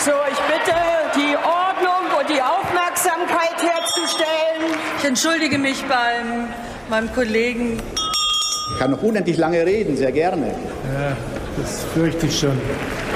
So, ich bitte, die Ordnung und die Aufmerksamkeit herzustellen. Ich entschuldige mich bei meinem Kollegen. Ich kann noch unendlich lange reden, sehr gerne. Ja, das fürchte ich schon.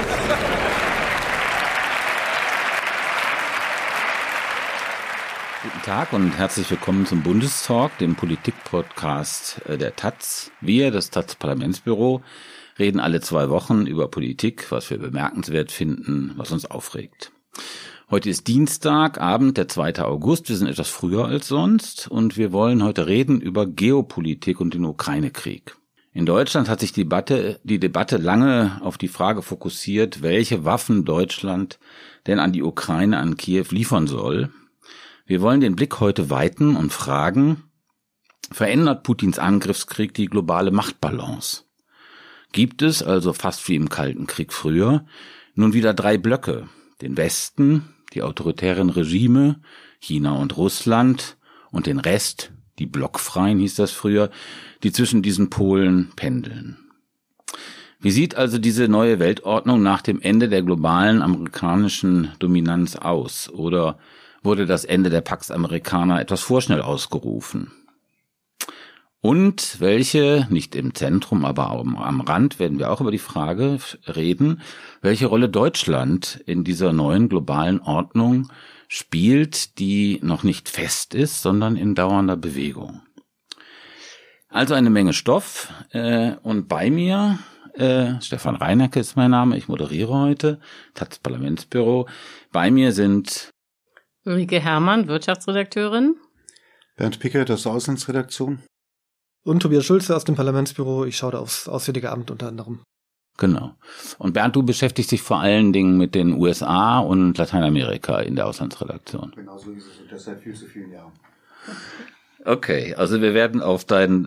Guten Tag und herzlich willkommen zum Bundestalk, dem Politik-Podcast der Taz. Wir, das Taz-Parlamentsbüro, reden alle 2 Wochen über Politik, was wir bemerkenswert finden, was uns aufregt. Heute ist Dienstagabend, der 2. August. Wir sind etwas früher als sonst und wir wollen heute reden über Geopolitik und den Ukraine-Krieg. In Deutschland hat sich die Debatte lange auf die Frage fokussiert, welche Waffen Deutschland denn an die Ukraine, an Kiew liefern soll. Wir wollen den Blick heute weiten und fragen, verändert Putins Angriffskrieg die globale Machtbalance? Gibt es, also fast wie im Kalten Krieg früher, nun wieder 3 Blöcke, den Westen, die autoritären Regime, China und Russland und den Rest, die Blockfreien hieß das früher, die zwischen diesen Polen pendeln. Wie sieht also diese neue Weltordnung nach dem Ende der globalen amerikanischen Dominanz aus? Oder wurde das Ende der Pax Americana etwas vorschnell ausgerufen? Und welche, nicht im Zentrum, aber am Rand werden wir auch über die Frage reden, welche Rolle Deutschland in dieser neuen globalen Ordnung spielt, die noch nicht fest ist, sondern in dauernder Bewegung. Also eine Menge Stoff und bei mir, Stefan Reinecke ist mein Name, ich moderiere heute, Taz Parlamentsbüro. Bei mir sind Ulrike Herrmann, Wirtschaftsredakteurin. Bernd Pickert aus der Auslandsredaktion. Und Tobias Schulze aus dem Parlamentsbüro. Ich schaue da aufs Auswärtige Amt unter anderem. Genau. Und Bernd, du beschäftigst dich vor allen Dingen mit den USA und Lateinamerika in der Auslandsredaktion. Genau so ist es und das seit viel zu vielen Jahren. Okay, also wir werden auf deine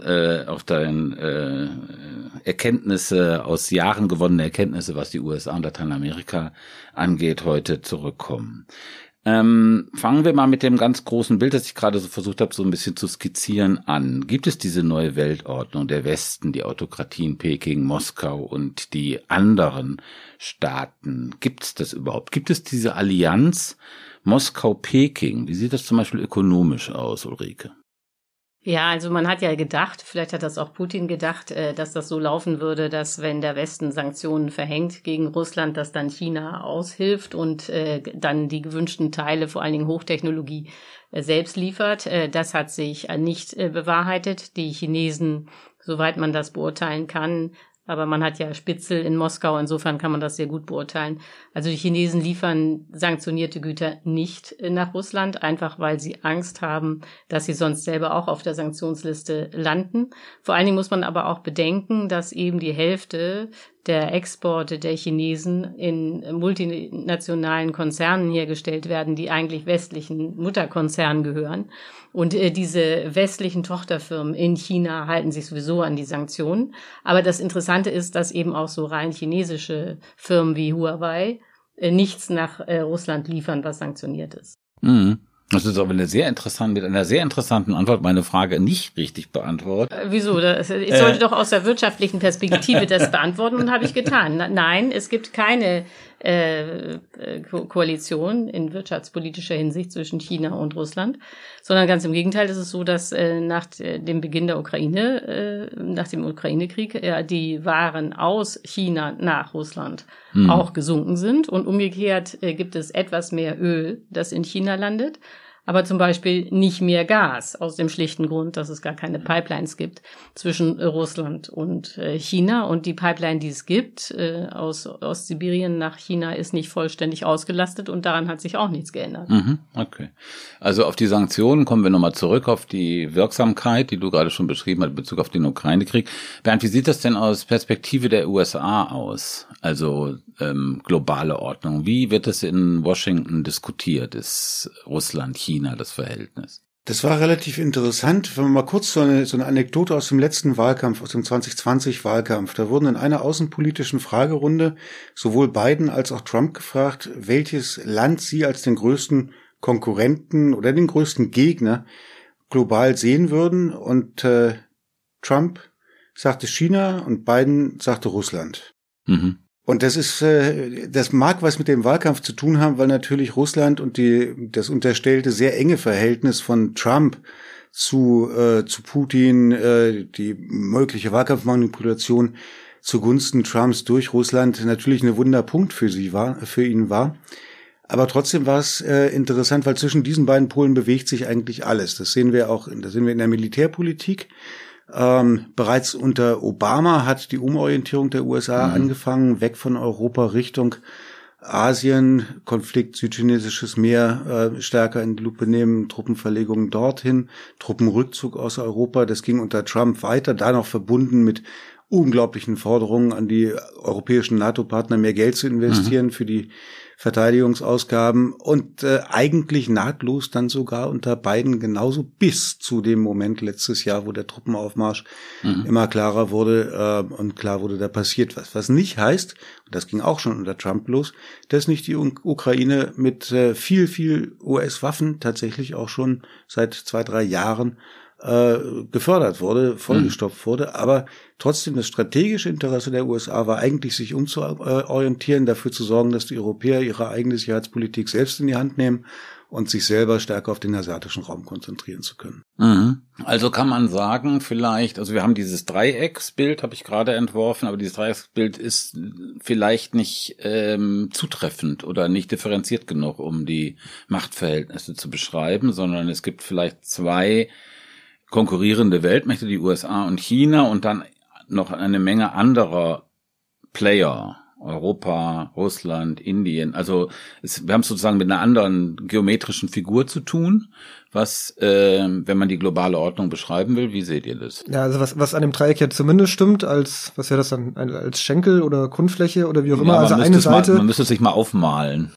Erkenntnisse, aus Jahren gewonnene Erkenntnisse, was die USA und Lateinamerika angeht, heute zurückkommen. Fangen wir mal mit dem ganz großen Bild, das ich gerade so versucht habe, so ein bisschen zu skizzieren, an. Gibt es diese neue Weltordnung, der Westen, die Autokratien Peking, Moskau und die anderen Staaten? Gibt es das überhaupt? Gibt es diese Allianz Moskau-Peking? Wie sieht das zum Beispiel ökonomisch aus, Ulrike? Ja, also man hat ja gedacht, vielleicht hat das auch Putin gedacht, dass das so laufen würde, dass wenn der Westen Sanktionen verhängt gegen Russland, dass dann China aushilft und dann die gewünschten Teile, vor allen Dingen Hochtechnologie, selbst liefert. Das hat sich nicht bewahrheitet. Die Chinesen, soweit man das beurteilen kann, aber man hat ja Spitzel in Moskau, insofern kann man das sehr gut beurteilen. Also die Chinesen liefern sanktionierte Güter nicht nach Russland, einfach weil sie Angst haben, dass sie sonst selber auch auf der Sanktionsliste landen. Vor allen Dingen muss man aber auch bedenken, dass eben die Hälfte der Exporte der Chinesen in multinationalen Konzernen hergestellt werden, die eigentlich westlichen Mutterkonzernen gehören. Und diese westlichen Tochterfirmen in China halten sich sowieso an die Sanktionen. Aber das Interessante ist, dass eben auch so rein chinesische Firmen wie Huawei nichts nach Russland liefern, was sanktioniert ist. Mhm. Das ist aber mit einer sehr interessanten Antwort meine Frage nicht richtig beantwortet. Wieso? Ich sollte doch aus der wirtschaftlichen Perspektive das beantworten und habe ich getan. Nein, es gibt keine Koalition in wirtschaftspolitischer Hinsicht zwischen China und Russland, sondern ganz im Gegenteil. Es ist so, dass nach dem Beginn der Ukraine, nach dem Ukraine-Krieg, die Waren aus China nach Russland auch gesunken sind und umgekehrt gibt es etwas mehr Öl, das in China landet. Aber zum Beispiel nicht mehr Gas, aus dem schlichten Grund, dass es gar keine Pipelines gibt zwischen Russland und China. Und die Pipeline, die es gibt, aus Ostsibirien nach China, ist nicht vollständig ausgelastet und daran hat sich auch nichts geändert. Okay. Also auf die Sanktionen kommen wir nochmal zurück, auf die Wirksamkeit, die du gerade schon beschrieben hast, in Bezug auf den Ukraine-Krieg. Bernd, wie sieht das denn aus Perspektive der USA aus? Also globale Ordnung. Wie wird es in Washington diskutiert? Ist Russland, China das Verhältnis? Das war relativ interessant. Wenn man mal kurz so eine Anekdote aus dem letzten Wahlkampf, aus dem 2020-Wahlkampf, da wurden in einer außenpolitischen Fragerunde sowohl Biden als auch Trump gefragt, welches Land sie als den größten Konkurrenten oder den größten Gegner global sehen würden. Und Trump sagte China und Biden sagte Russland. Mhm. Und das mag was mit dem Wahlkampf zu tun haben, weil natürlich Russland und das unterstellte sehr enge Verhältnis von Trump zu Putin, die mögliche Wahlkampfmanipulation zugunsten Trumps durch Russland natürlich ein Wunderpunkt für ihn war. Aber trotzdem war es interessant, weil zwischen diesen beiden Polen bewegt sich eigentlich alles. Das sehen wir in der Militärpolitik. Bereits unter Obama hat die Umorientierung der USA angefangen, weg von Europa Richtung Asien, Konflikt südchinesisches Meer stärker in die Lupe nehmen, Truppenverlegungen dorthin, Truppenrückzug aus Europa. Das ging unter Trump weiter, da noch verbunden mit unglaublichen Forderungen an die europäischen NATO-Partner, mehr Geld zu investieren für die Verteidigungsausgaben und eigentlich nahtlos dann sogar unter Biden genauso bis zu dem Moment letztes Jahr, wo der Truppenaufmarsch immer klarer wurde und klar wurde, da passiert was. Was nicht heißt, und das ging auch schon unter Trump los, dass nicht die Ukraine mit viel US-Waffen tatsächlich auch schon seit 2-3 Jahren gefördert wurde, vollgestopft wurde, aber trotzdem das strategische Interesse der USA war eigentlich, sich umzuorientieren, dafür zu sorgen, dass die Europäer ihre eigene Sicherheitspolitik selbst in die Hand nehmen und sich selber stärker auf den asiatischen Raum konzentrieren zu können. Also kann man sagen, vielleicht, also wir haben dieses Dreiecksbild, habe ich gerade entworfen, aber dieses Dreiecksbild ist vielleicht nicht zutreffend oder nicht differenziert genug, um die Machtverhältnisse zu beschreiben, sondern es gibt vielleicht 2 konkurrierende Weltmächte, die USA und China, und dann noch eine Menge anderer Player, Europa, Russland, Indien. Also wir haben es sozusagen mit einer anderen geometrischen Figur zu tun, was, wenn man die globale Ordnung beschreiben will, wie seht ihr das? Ja, also was an dem Dreieck ja zumindest stimmt, was wäre das dann, als Schenkel oder Grundfläche oder wie auch immer, also eine Seite. Man müsste es sich mal aufmalen.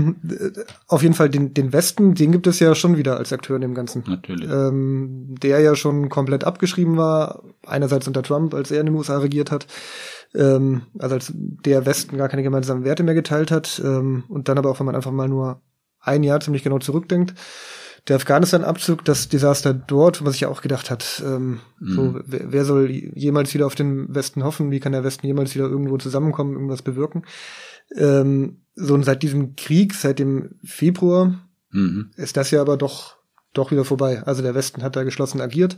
Auf jeden Fall den Westen, den gibt es ja schon wieder als Akteur in dem Ganzen. Natürlich. Der ja schon komplett abgeschrieben war, einerseits unter Trump, als er in den USA regiert hat, also als der Westen gar keine gemeinsamen Werte mehr geteilt hat, und dann aber auch, wenn man einfach mal nur ein Jahr ziemlich genau zurückdenkt, der Afghanistan-Abzug, das Desaster dort, was ich ja auch gedacht hat, so, wer soll jemals wieder auf den Westen hoffen, wie kann der Westen jemals wieder irgendwo zusammenkommen, irgendwas bewirken, so, und seit diesem Krieg, seit dem Februar, ist das ja aber doch wieder vorbei, also der Westen hat da geschlossen agiert.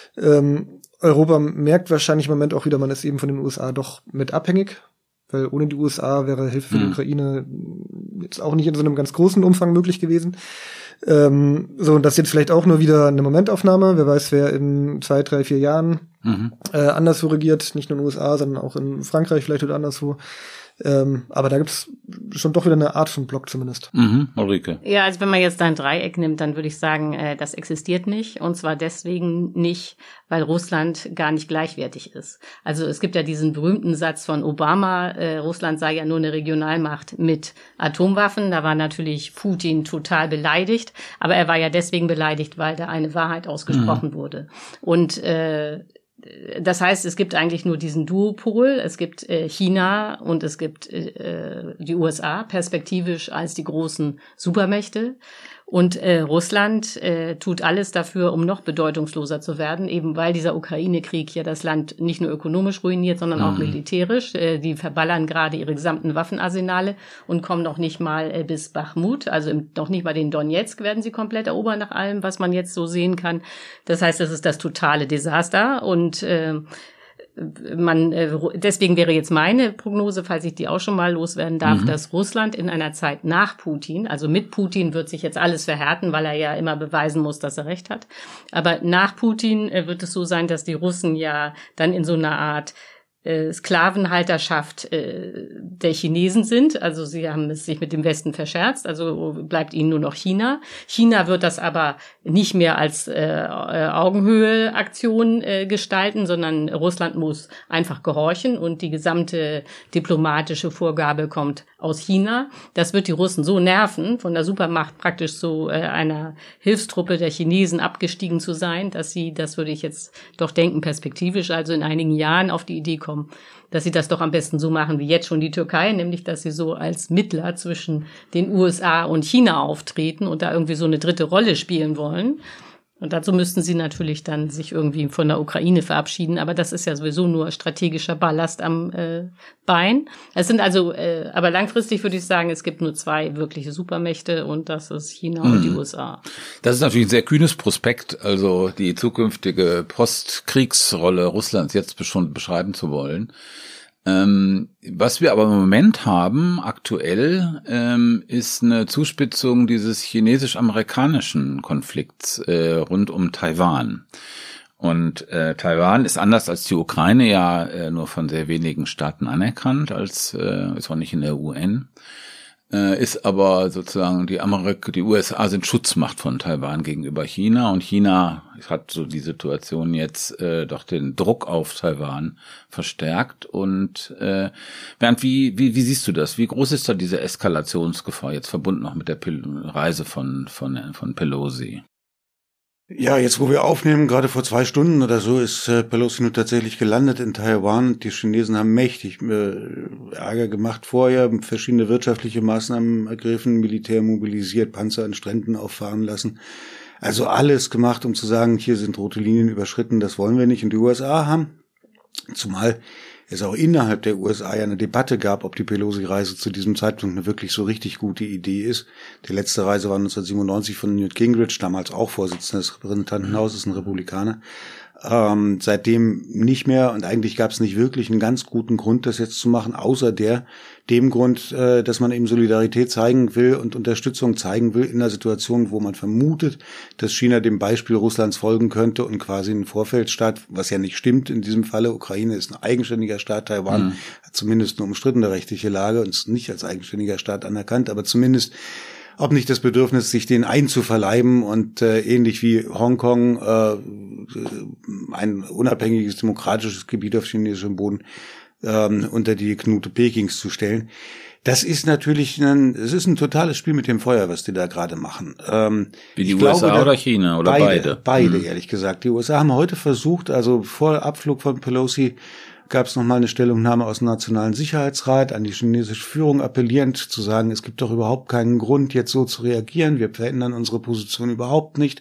Europa merkt wahrscheinlich im Moment auch wieder, man ist eben von den USA doch mit abhängig, weil ohne die USA wäre Hilfe für die Ukraine jetzt auch nicht in so einem ganz großen Umfang möglich gewesen. So, und das ist jetzt vielleicht auch nur wieder eine Momentaufnahme. Wer weiß, wer in 2, 3, 4 Jahren anderswo regiert, nicht nur in den USA, sondern auch in Frankreich vielleicht oder anderswo. Aber da gibt's schon doch wieder eine Art von Block zumindest. Ulrike. Ja, also wenn man jetzt ein Dreieck nimmt, dann würde ich sagen, das existiert nicht. Und zwar deswegen nicht, weil Russland gar nicht gleichwertig ist. Also es gibt ja diesen berühmten Satz von Obama, Russland sei ja nur eine Regionalmacht mit Atomwaffen. Da war natürlich Putin total beleidigt. Aber er war ja deswegen beleidigt, weil da eine Wahrheit ausgesprochen wurde. Und das heißt, es gibt eigentlich nur diesen Duopol. Es gibt China und es gibt die USA perspektivisch als die großen Supermächte. Und Russland tut alles dafür, um noch bedeutungsloser zu werden, eben weil dieser Ukraine-Krieg ja das Land nicht nur ökonomisch ruiniert, sondern auch militärisch. Die verballern gerade ihre gesamten Waffenarsenale und kommen noch nicht mal bis Bachmut, also noch nicht mal den Donetsk werden sie komplett erobern nach allem, was man jetzt so sehen kann. Das heißt, das ist das totale Desaster und deswegen wäre jetzt meine Prognose, falls ich die auch schon mal loswerden darf, dass Russland in einer Zeit nach Putin, also mit Putin wird sich jetzt alles verhärten, weil er ja immer beweisen muss, dass er recht hat. Aber nach Putin wird es so sein, dass die Russen ja dann in so einer Art Sklavenhalterschaft der Chinesen sind. Also sie haben es sich mit dem Westen verscherzt, also bleibt ihnen nur noch China. China wird das aber nicht mehr als Augenhöhe-Aktion gestalten, sondern Russland muss einfach gehorchen und die gesamte diplomatische Vorgabe kommt aus China. Das wird die Russen so nerven, von der Supermacht praktisch so einer Hilfstruppe der Chinesen abgestiegen zu sein, dass sie, das würde ich jetzt doch denken, perspektivisch, also in einigen Jahren auf die Idee kommen, dass sie das doch am besten so machen wie jetzt schon die Türkei, nämlich dass sie so als Mittler zwischen den USA und China auftreten und da irgendwie so eine dritte Rolle spielen wollen. Und dazu müssten sie natürlich dann sich irgendwie von der Ukraine verabschieden. Aber das ist ja sowieso nur strategischer Ballast am Bein. Es sind also, aber langfristig würde ich sagen, es gibt nur 2 wirkliche Supermächte und das ist China und die USA. Das ist natürlich ein sehr kühnes Prospekt, also die zukünftige Postkriegsrolle Russlands jetzt schon beschreiben zu wollen. Was wir aber im Moment haben, aktuell, ist eine Zuspitzung dieses chinesisch-amerikanischen Konflikts rund um Taiwan. Und Taiwan ist anders als die Ukraine ja nur von sehr wenigen Staaten anerkannt, ist auch nicht in der UN. Ist aber sozusagen die USA sind Schutzmacht von Taiwan gegenüber China und China hat so die Situation jetzt doch den Druck auf Taiwan verstärkt und Bernd, wie siehst du das? Wie groß ist da diese Eskalationsgefahr jetzt verbunden noch mit der Reise von Pelosi? Ja, jetzt wo wir aufnehmen, gerade vor 2 Stunden oder so, ist Pelosi nun tatsächlich gelandet in Taiwan. Die Chinesen haben mächtig Ärger gemacht vorher, verschiedene wirtschaftliche Maßnahmen ergriffen, Militär mobilisiert, Panzer an Stränden auffahren lassen. Also alles gemacht, um zu sagen, hier sind rote Linien überschritten, das wollen wir nicht. Und die USA haben, zumal es auch innerhalb der USA ja eine Debatte gab, ob die Pelosi-Reise zu diesem Zeitpunkt eine wirklich so richtig gute Idee ist. Die letzte Reise war 1997 von Newt Gingrich, damals auch Vorsitzender des Repräsentantenhauses, ein Republikaner. Seitdem nicht mehr und eigentlich gab es nicht wirklich einen ganz guten Grund, das jetzt zu machen, außer dem Grund, dass man eben Solidarität zeigen will und Unterstützung zeigen will in einer Situation, wo man vermutet, dass China dem Beispiel Russlands folgen könnte und quasi ein Vorfeldstaat, was ja nicht stimmt in diesem Falle. Ukraine ist ein eigenständiger Staat, Taiwan hat zumindest eine umstrittene rechtliche Lage und ist nicht als eigenständiger Staat anerkannt, aber zumindest ob nicht das Bedürfnis, sich den einzuverleiben und ähnlich wie Hongkong ein unabhängiges demokratisches Gebiet auf chinesischem Boden unter die Knute Pekings zu stellen. Das ist natürlich es ist ein totales Spiel mit dem Feuer, was die da gerade machen. Wie die USA oder China oder beide? Beide, ehrlich gesagt. Die USA haben heute versucht, also vor Abflug von Pelosi, gab es nochmal eine Stellungnahme aus dem Nationalen Sicherheitsrat an die chinesische Führung appellierend zu sagen, es gibt doch überhaupt keinen Grund, jetzt so zu reagieren. Wir verändern unsere Position überhaupt nicht.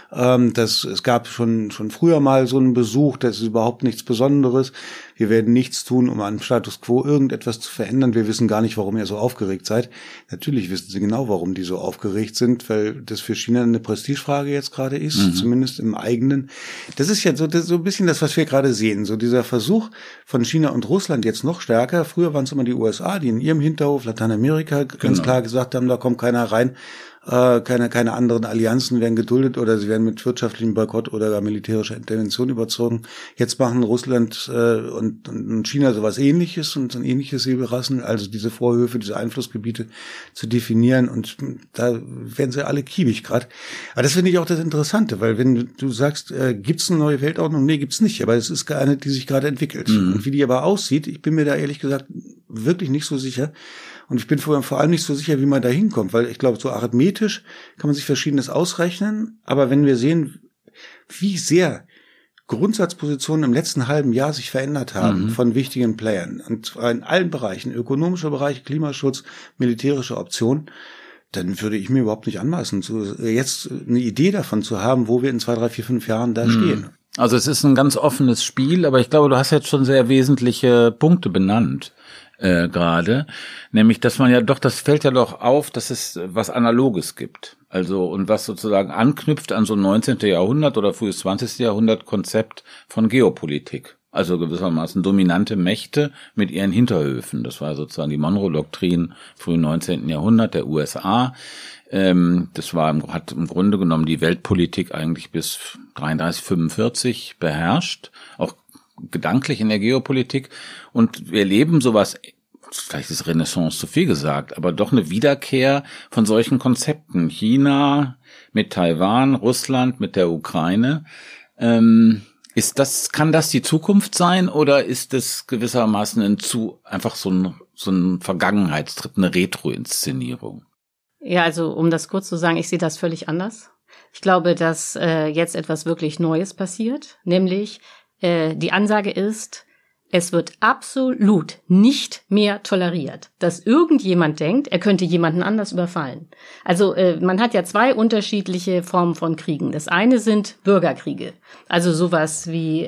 Es gab schon früher mal so einen Besuch, das ist überhaupt nichts Besonderes. Wir werden nichts tun, um am Status quo irgendetwas zu verändern. Wir wissen gar nicht, warum ihr so aufgeregt seid. Natürlich wissen sie genau, warum die so aufgeregt sind, weil das für China eine Prestigefrage jetzt gerade ist, zumindest im eigenen. Das ist ja so ein bisschen das, was wir gerade sehen. So dieser Versuch von China und Russland jetzt noch stärker. Früher waren es immer die USA, die in ihrem Hinterhof Lateinamerika ganz klar gesagt haben, da kommt keiner rein. Keine anderen Allianzen werden geduldet oder sie werden mit wirtschaftlichem Boykott oder gar militärischer Intervention überzogen. Jetzt machen Russland und China sowas Ähnliches und so ein ähnliches Säbelrasseln, also diese Vorhöfe, diese Einflussgebiete zu definieren und da werden sie alle kiebig gerade. Aber das finde ich auch das Interessante, weil wenn du sagst, gibt's eine neue Weltordnung? Nee, gibt's nicht, aber es ist eine, die sich gerade entwickelt. Und wie die aber aussieht, ich bin mir da ehrlich gesagt wirklich nicht so sicher. Und ich bin vor allem nicht so sicher, wie man da hinkommt, weil ich glaube, so arithmetisch kann man sich Verschiedenes ausrechnen. Aber wenn wir sehen, wie sehr Grundsatzpositionen im letzten halben Jahr sich verändert haben von wichtigen Playern, und zwar in allen Bereichen, ökonomischer Bereich, Klimaschutz, militärische Optionen, dann würde ich mir überhaupt nicht anmaßen, jetzt eine Idee davon zu haben, wo wir in 2, 3, 4, 5 Jahren da stehen. Also es ist ein ganz offenes Spiel, aber ich glaube, du hast jetzt schon sehr wesentliche Punkte benannt. Gerade, nämlich, dass man ja doch, das fällt ja doch auf, dass es was Analoges gibt. Also, und was sozusagen anknüpft an so ein 19. Jahrhundert oder frühes 20. Jahrhundert Konzept von Geopolitik. Also gewissermaßen dominante Mächte mit ihren Hinterhöfen. Das war sozusagen die Monroe-Doktrin frühen 19. Jahrhundert der USA. Das hat im Grunde genommen die Weltpolitik eigentlich bis 33, 45 beherrscht. Auch gedanklich in der Geopolitik und wir erleben sowas, vielleicht ist Renaissance zu viel gesagt, aber doch eine Wiederkehr von solchen Konzepten. China mit Taiwan, Russland mit der Ukraine. Kann das die Zukunft sein oder ist es gewissermaßen einfach so ein Vergangenheitstrip, eine Retro-Inszenierung? Ja, also um das kurz zu sagen, ich sehe das völlig anders. Ich glaube, dass jetzt etwas wirklich Neues passiert, nämlich die Ansage ist, Es wird absolut nicht mehr toleriert, dass irgendjemand denkt, er könnte jemanden anders überfallen. Also man hat ja zwei unterschiedliche Formen von Kriegen. Das eine sind Bürgerkriege, also sowas wie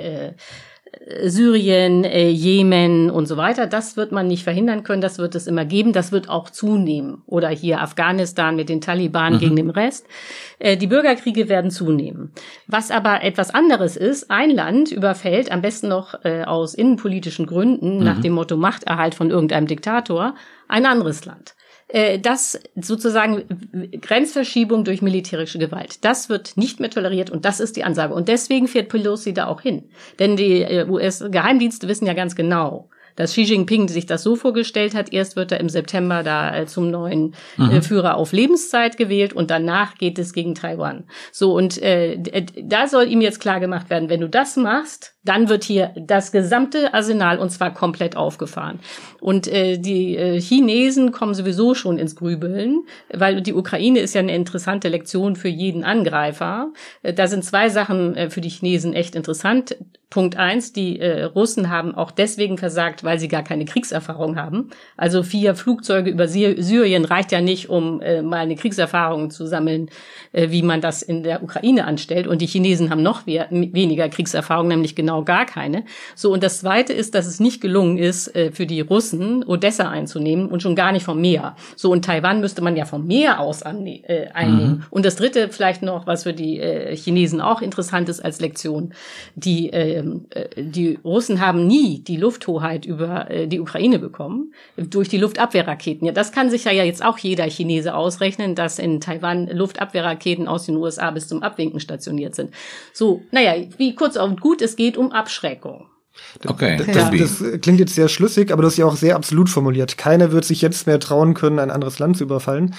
Syrien, Jemen und so weiter. Das wird man nicht verhindern können, das wird es immer geben, das wird auch zunehmen. Oder hier Afghanistan mit den Taliban gegen den Rest. Die Bürgerkriege werden zunehmen. Was aber etwas anderes ist, ein Land überfällt, am besten noch aus innenpolitischen Gründen, nach dem Motto Machterhalt von irgendeinem Diktator, ein anderes Land. Das sozusagen Grenzverschiebung durch militärische Gewalt. Das wird nicht mehr toleriert und das ist die Ansage. Und deswegen fährt Pelosi da auch hin. Denn die US-Geheimdienste wissen ja ganz genau, dass Xi Jinping sich das so vorgestellt hat, erst wird er im September da zum neuen Führer auf Lebenszeit gewählt und danach geht es gegen Taiwan. So, und da soll ihm jetzt klar gemacht werden, wenn du das machst, dann wird hier das gesamte Arsenal und zwar komplett aufgefahren. Und die Chinesen kommen sowieso schon ins Grübeln, weil die Ukraine ist ja eine interessante Lektion für jeden Angreifer. Da sind zwei Sachen für die Chinesen echt interessant. Punkt 1, die Russen haben auch deswegen versagt, weil sie gar keine Kriegserfahrung haben. Also 4 Flugzeuge über Syrien reicht ja nicht, um mal eine Kriegserfahrung zu sammeln, wie man das in der Ukraine anstellt. Und die Chinesen haben noch weniger Kriegserfahrung, nämlich genau gar keine. So, und das Zweite ist, dass es nicht gelungen ist, für die Russen Odessa einzunehmen und schon gar nicht vom Meer. So, und Taiwan müsste man ja vom Meer aus einnehmen. Und das Dritte vielleicht noch, was für die Chinesen auch interessant ist als Lektion, die Russen haben nie die Lufthoheit über die Ukraine bekommen, durch die Luftabwehrraketen. Ja, das kann sich ja jetzt auch jeder Chinese ausrechnen, dass in Taiwan Luftabwehrraketen aus den USA bis zum Abwinken stationiert sind. So, naja, wie kurz und gut, es geht um Abschreckung. Okay. Das klingt jetzt sehr schlüssig, aber das ist ja auch sehr absolut formuliert. Keiner wird sich jetzt mehr trauen können, ein anderes Land zu überfallen.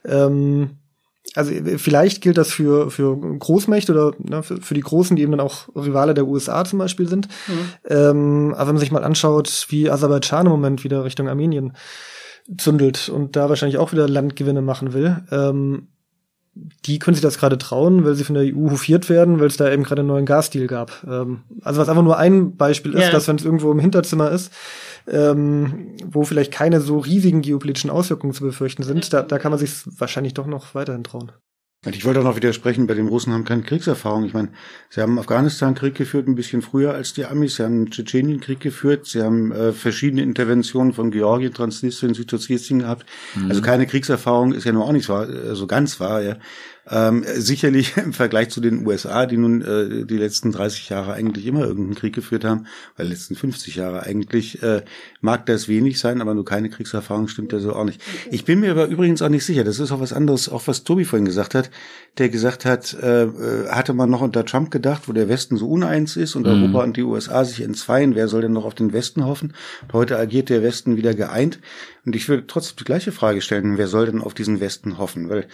Also vielleicht gilt das für Großmächte oder für die Großen, die eben dann auch Rivale der USA zum Beispiel sind. Aber wenn man sich mal anschaut, wie Aserbaidschan im Moment wieder Richtung Armenien zündelt und da wahrscheinlich auch wieder Landgewinne machen will, die können sich das gerade trauen, weil sie von der EU hofiert werden, weil es da eben gerade einen neuen Gasdeal gab. Also was einfach nur ein Beispiel ist, dass wenn es irgendwo im Hinterzimmer ist, wo vielleicht keine so riesigen geopolitischen Auswirkungen zu befürchten sind, da kann man sich wahrscheinlich doch noch weiterhin trauen. Ich wollte auch noch widersprechen, bei den Russen haben keine Kriegserfahrung. Ich meine, sie haben Afghanistan-Krieg geführt, ein bisschen früher als die Amis. Sie haben Tschetschenien-Krieg geführt. Sie haben verschiedene Interventionen von Georgien, Transnistrien, Südossetien gehabt. Also keine Kriegserfahrung ist ja nur auch nicht so ganz wahr, ja. Sicherlich im Vergleich zu den USA, die nun die letzten 30 Jahre eigentlich immer irgendeinen Krieg geführt haben, weil die letzten 50 Jahre eigentlich, mag das wenig sein, aber nur keine Kriegserfahrung stimmt ja so auch nicht. Ich bin mir aber übrigens auch nicht sicher, das ist auch was anderes, auch was Tobi vorhin gesagt hat, der gesagt hat, hatte man noch unter Trump gedacht, wo der Westen so uneins ist und Europa und die USA sich entzweien, wer soll denn noch auf den Westen hoffen? Und heute agiert der Westen wieder geeint und ich würde trotzdem die gleiche Frage stellen, wer soll denn auf diesen Westen hoffen? Weil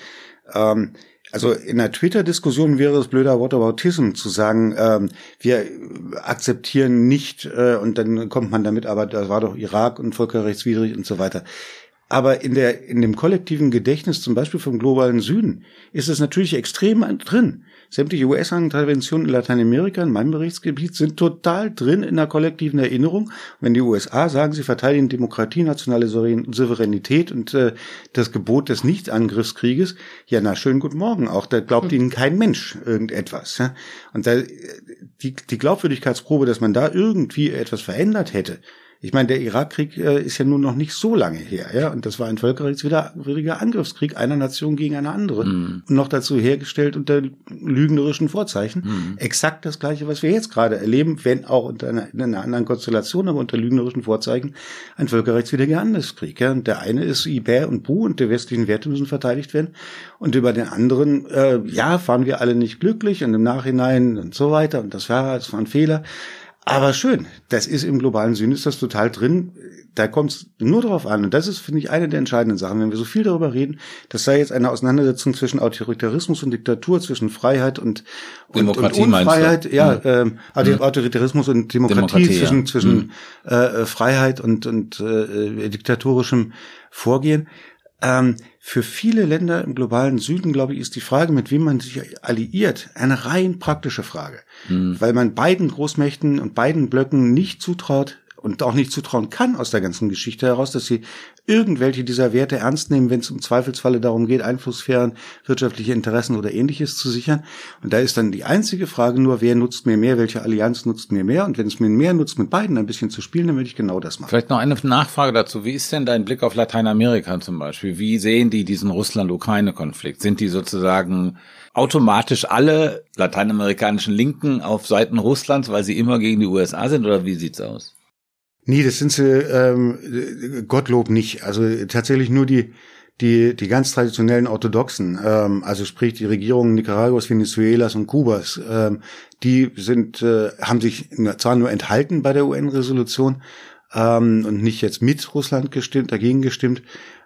also in der Twitter-Diskussion wäre es blöder Whataboutism zu sagen, wir akzeptieren nicht und dann kommt man damit, aber das war doch Irak und völkerrechtswidrig und so weiter. Aber in dem kollektiven Gedächtnis, zum Beispiel vom globalen Süden, ist es natürlich extrem drin. Sämtliche US-Interventionen in Lateinamerika, in meinem Berichtsgebiet, sind total drin in der kollektiven Erinnerung. Wenn die USA sagen, sie verteidigen Demokratie, nationale Souveränität und das Gebot des Nichtangriffskrieges, ja, na, schönen guten Morgen auch. Da glaubt ihnen kein Mensch irgendetwas. Ja? Und da die Glaubwürdigkeitsprobe, dass man da irgendwie etwas verändert hätte. Ich meine, der Irakkrieg ist ja nun noch nicht so lange her, ja, und das war ein völkerrechtswidriger Angriffskrieg einer Nation gegen eine andere und noch dazu hergestellt unter lügnerischen Vorzeichen. Exakt das Gleiche, was wir jetzt gerade erleben, wenn auch in einer anderen Konstellation, aber unter lügnerischen Vorzeichen, ein völkerrechtswidriger Angriffskrieg. Ja, und der eine ist Ibär und Bu und die westlichen Werte müssen verteidigt werden und über den anderen, fahren wir alle nicht glücklich und im Nachhinein und so weiter und das war ein Fehler. Aber schön, das ist im globalen Süden, ist das total drin, da kommt es nur drauf an. Und das ist, finde ich, eine der entscheidenden Sachen, wenn wir so viel darüber reden, das sei jetzt eine Auseinandersetzung zwischen Autoritarismus und Diktatur, zwischen Freiheit und Demokratie, und Unfreiheit, meinst du? Autoritarismus und Demokratie zwischen Freiheit und diktatorischem Vorgehen. Für viele Länder im globalen Süden, glaube ich, ist die Frage, mit wem man sich alliiert, eine rein praktische Frage. Weil man beiden Großmächten und beiden Blöcken nicht zutraut, und auch nicht zutrauen kann aus der ganzen Geschichte heraus, dass sie irgendwelche dieser Werte ernst nehmen, wenn es im Zweifelsfalle darum geht, Einflusssphären, wirtschaftliche Interessen oder Ähnliches zu sichern. Und da ist dann die einzige Frage nur, wer nutzt mir mehr, welche Allianz nutzt mir mehr? Und wenn es mir mehr nutzt, mit beiden ein bisschen zu spielen, dann würde ich genau das machen. Vielleicht noch eine Nachfrage dazu. Wie ist denn dein Blick auf Lateinamerika zum Beispiel? Wie sehen die diesen Russland-Ukraine-Konflikt? Sind die sozusagen automatisch alle lateinamerikanischen Linken auf Seiten Russlands, weil sie immer gegen die USA sind, oder wie sieht's aus? Nee, das sind sie Gottlob nicht. Also tatsächlich nur die ganz traditionellen Orthodoxen, also sprich die Regierungen Nicaraguas, Venezuelas und Kubas, die haben sich zwar nur enthalten bei der UN-Resolution und nicht jetzt mit Russland dagegen gestimmt,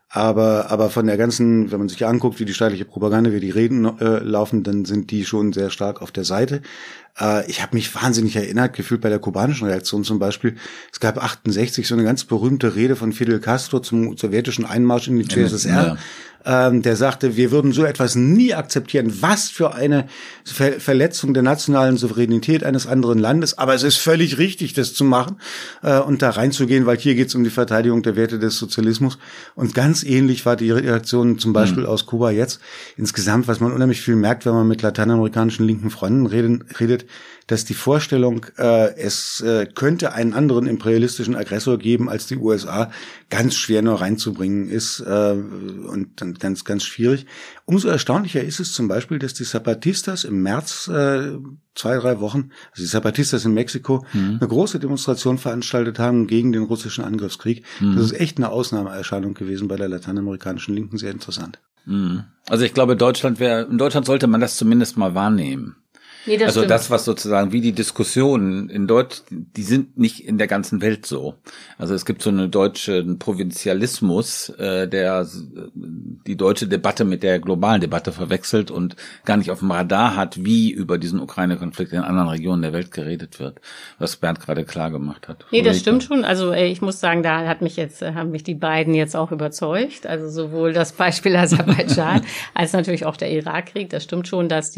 aber von der ganzen, wenn man sich anguckt, wie die staatliche Propaganda, wie die Reden laufen, dann sind die schon sehr stark auf der Seite. Ich habe mich wahnsinnig erinnert gefühlt bei der kubanischen Reaktion zum Beispiel. Es gab 68 so eine ganz berühmte Rede von Fidel Castro zum sowjetischen Einmarsch in die CSSR. Der sagte, wir würden so etwas nie akzeptieren. Was für eine Verletzung der nationalen Souveränität eines anderen Landes. Aber es ist völlig richtig, das zu machen und da reinzugehen, weil hier geht es um die Verteidigung der Werte des Sozialismus. Und ganz ähnlich war die Reaktion zum Beispiel aus Kuba jetzt. Insgesamt, was man unheimlich viel merkt, wenn man mit lateinamerikanischen linken Freunden redet, dass die Vorstellung, es könnte einen anderen imperialistischen Aggressor geben als die USA, ganz schwer nur reinzubringen ist und dann ganz, ganz schwierig. Umso erstaunlicher ist es zum Beispiel, dass die Zapatistas im März 2-3 Wochen, also die Zapatistas in Mexiko, eine große Demonstration veranstaltet haben gegen den russischen Angriffskrieg. Das ist echt eine Ausnahmeerscheinung gewesen bei der lateinamerikanischen Linken, sehr interessant. Also ich glaube, in Deutschland sollte man das zumindest mal wahrnehmen. Nee, das also stimmt. das, was sozusagen wie die Diskussionen in die sind nicht in der ganzen Welt so. Also es gibt so einen deutschen Provinzialismus, der die deutsche Debatte mit der globalen Debatte verwechselt und gar nicht auf dem Radar hat, wie über diesen Ukraine-Konflikt in anderen Regionen der Welt geredet wird, was Bernd gerade klar gemacht hat. Nee, das stimmt schon. Also ich muss sagen, da haben mich die beiden jetzt auch überzeugt. Also sowohl das Beispiel Aserbaidschan als natürlich auch der Irakkrieg. Das stimmt schon, dass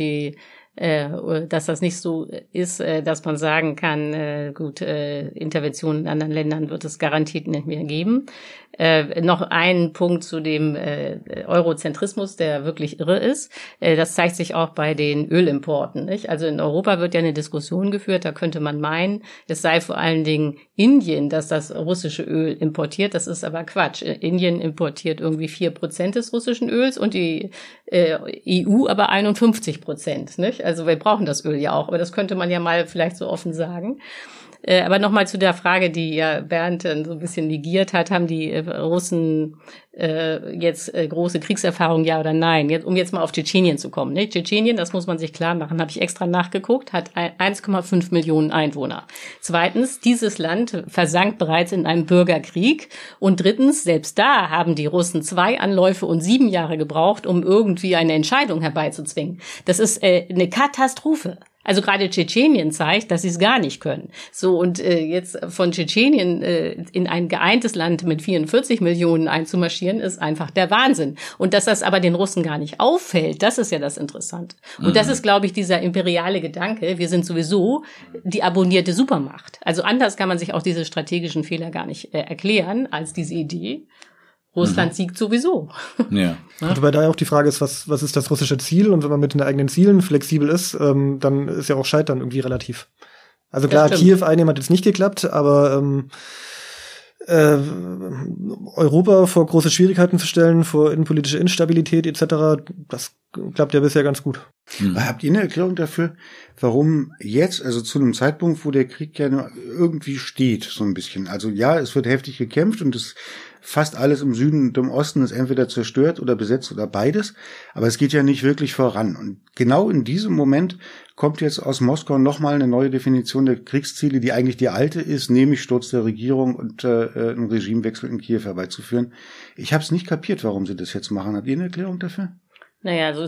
das nicht so ist, dass man sagen kann, Interventionen in anderen Ländern wird es garantiert nicht mehr geben. Noch ein Punkt zu dem Eurozentrismus, der wirklich irre ist. Das zeigt sich auch bei den Ölimporten, nicht? Also in Europa wird ja eine Diskussion geführt, da könnte man meinen, es sei vor allen Dingen Indien, das das russische Öl importiert. Das ist aber Quatsch. Indien importiert irgendwie 4% des russischen Öls und die EU aber 51%, nicht? Also wir brauchen das Öl ja auch, aber das könnte man ja mal vielleicht so offen sagen. Aber nochmal zu der Frage, die ja Bernd so ein bisschen negiert hat, haben die Russen jetzt große Kriegserfahrung, ja oder nein? Um jetzt mal auf Tschetschenien zu kommen. Ne? Tschetschenien, das muss man sich klar machen, habe ich extra nachgeguckt, hat 1,5 Millionen Einwohner. Zweitens, dieses Land versank bereits in einem Bürgerkrieg. Und drittens, selbst da haben die Russen 2 Anläufe und 7 Jahre gebraucht, um irgendwie eine Entscheidung herbeizuzwingen. Das ist eine Katastrophe. Also gerade Tschetschenien zeigt, dass sie es gar nicht können. So, und jetzt von Tschetschenien in ein geeintes Land mit 44 Millionen einzumarschieren, ist einfach der Wahnsinn. Und dass das aber den Russen gar nicht auffällt, das ist ja das Interessante. Und das ist, glaube ich, dieser imperiale Gedanke, wir sind sowieso die abonnierte Supermacht. Also anders kann man sich auch diese strategischen Fehler gar nicht erklären als diese Idee. Russland siegt sowieso. Ja. Wobei da ja auch die Frage ist, was ist das russische Ziel? Und wenn man mit den eigenen Zielen flexibel ist, dann ist ja auch Scheitern irgendwie relativ. Also klar, Kiew einnehmen hat jetzt nicht geklappt, aber Europa vor große Schwierigkeiten zu stellen, vor innenpolitische Instabilität etc., das klappt ja bisher ganz gut. Habt ihr eine Erklärung dafür, warum jetzt, also zu einem Zeitpunkt, wo der Krieg ja nur irgendwie steht, so ein bisschen? Also ja, es wird heftig gekämpft und es fast alles im Süden und im Osten ist entweder zerstört oder besetzt oder beides, aber es geht ja nicht wirklich voran. Und genau in diesem Moment kommt jetzt aus Moskau nochmal eine neue Definition der Kriegsziele, die eigentlich die alte ist, nämlich Sturz der Regierung und einen Regimewechsel in Kiew herbeizuführen. Ich habe es nicht kapiert, warum sie das jetzt machen. Habt ihr eine Erklärung dafür? Naja, also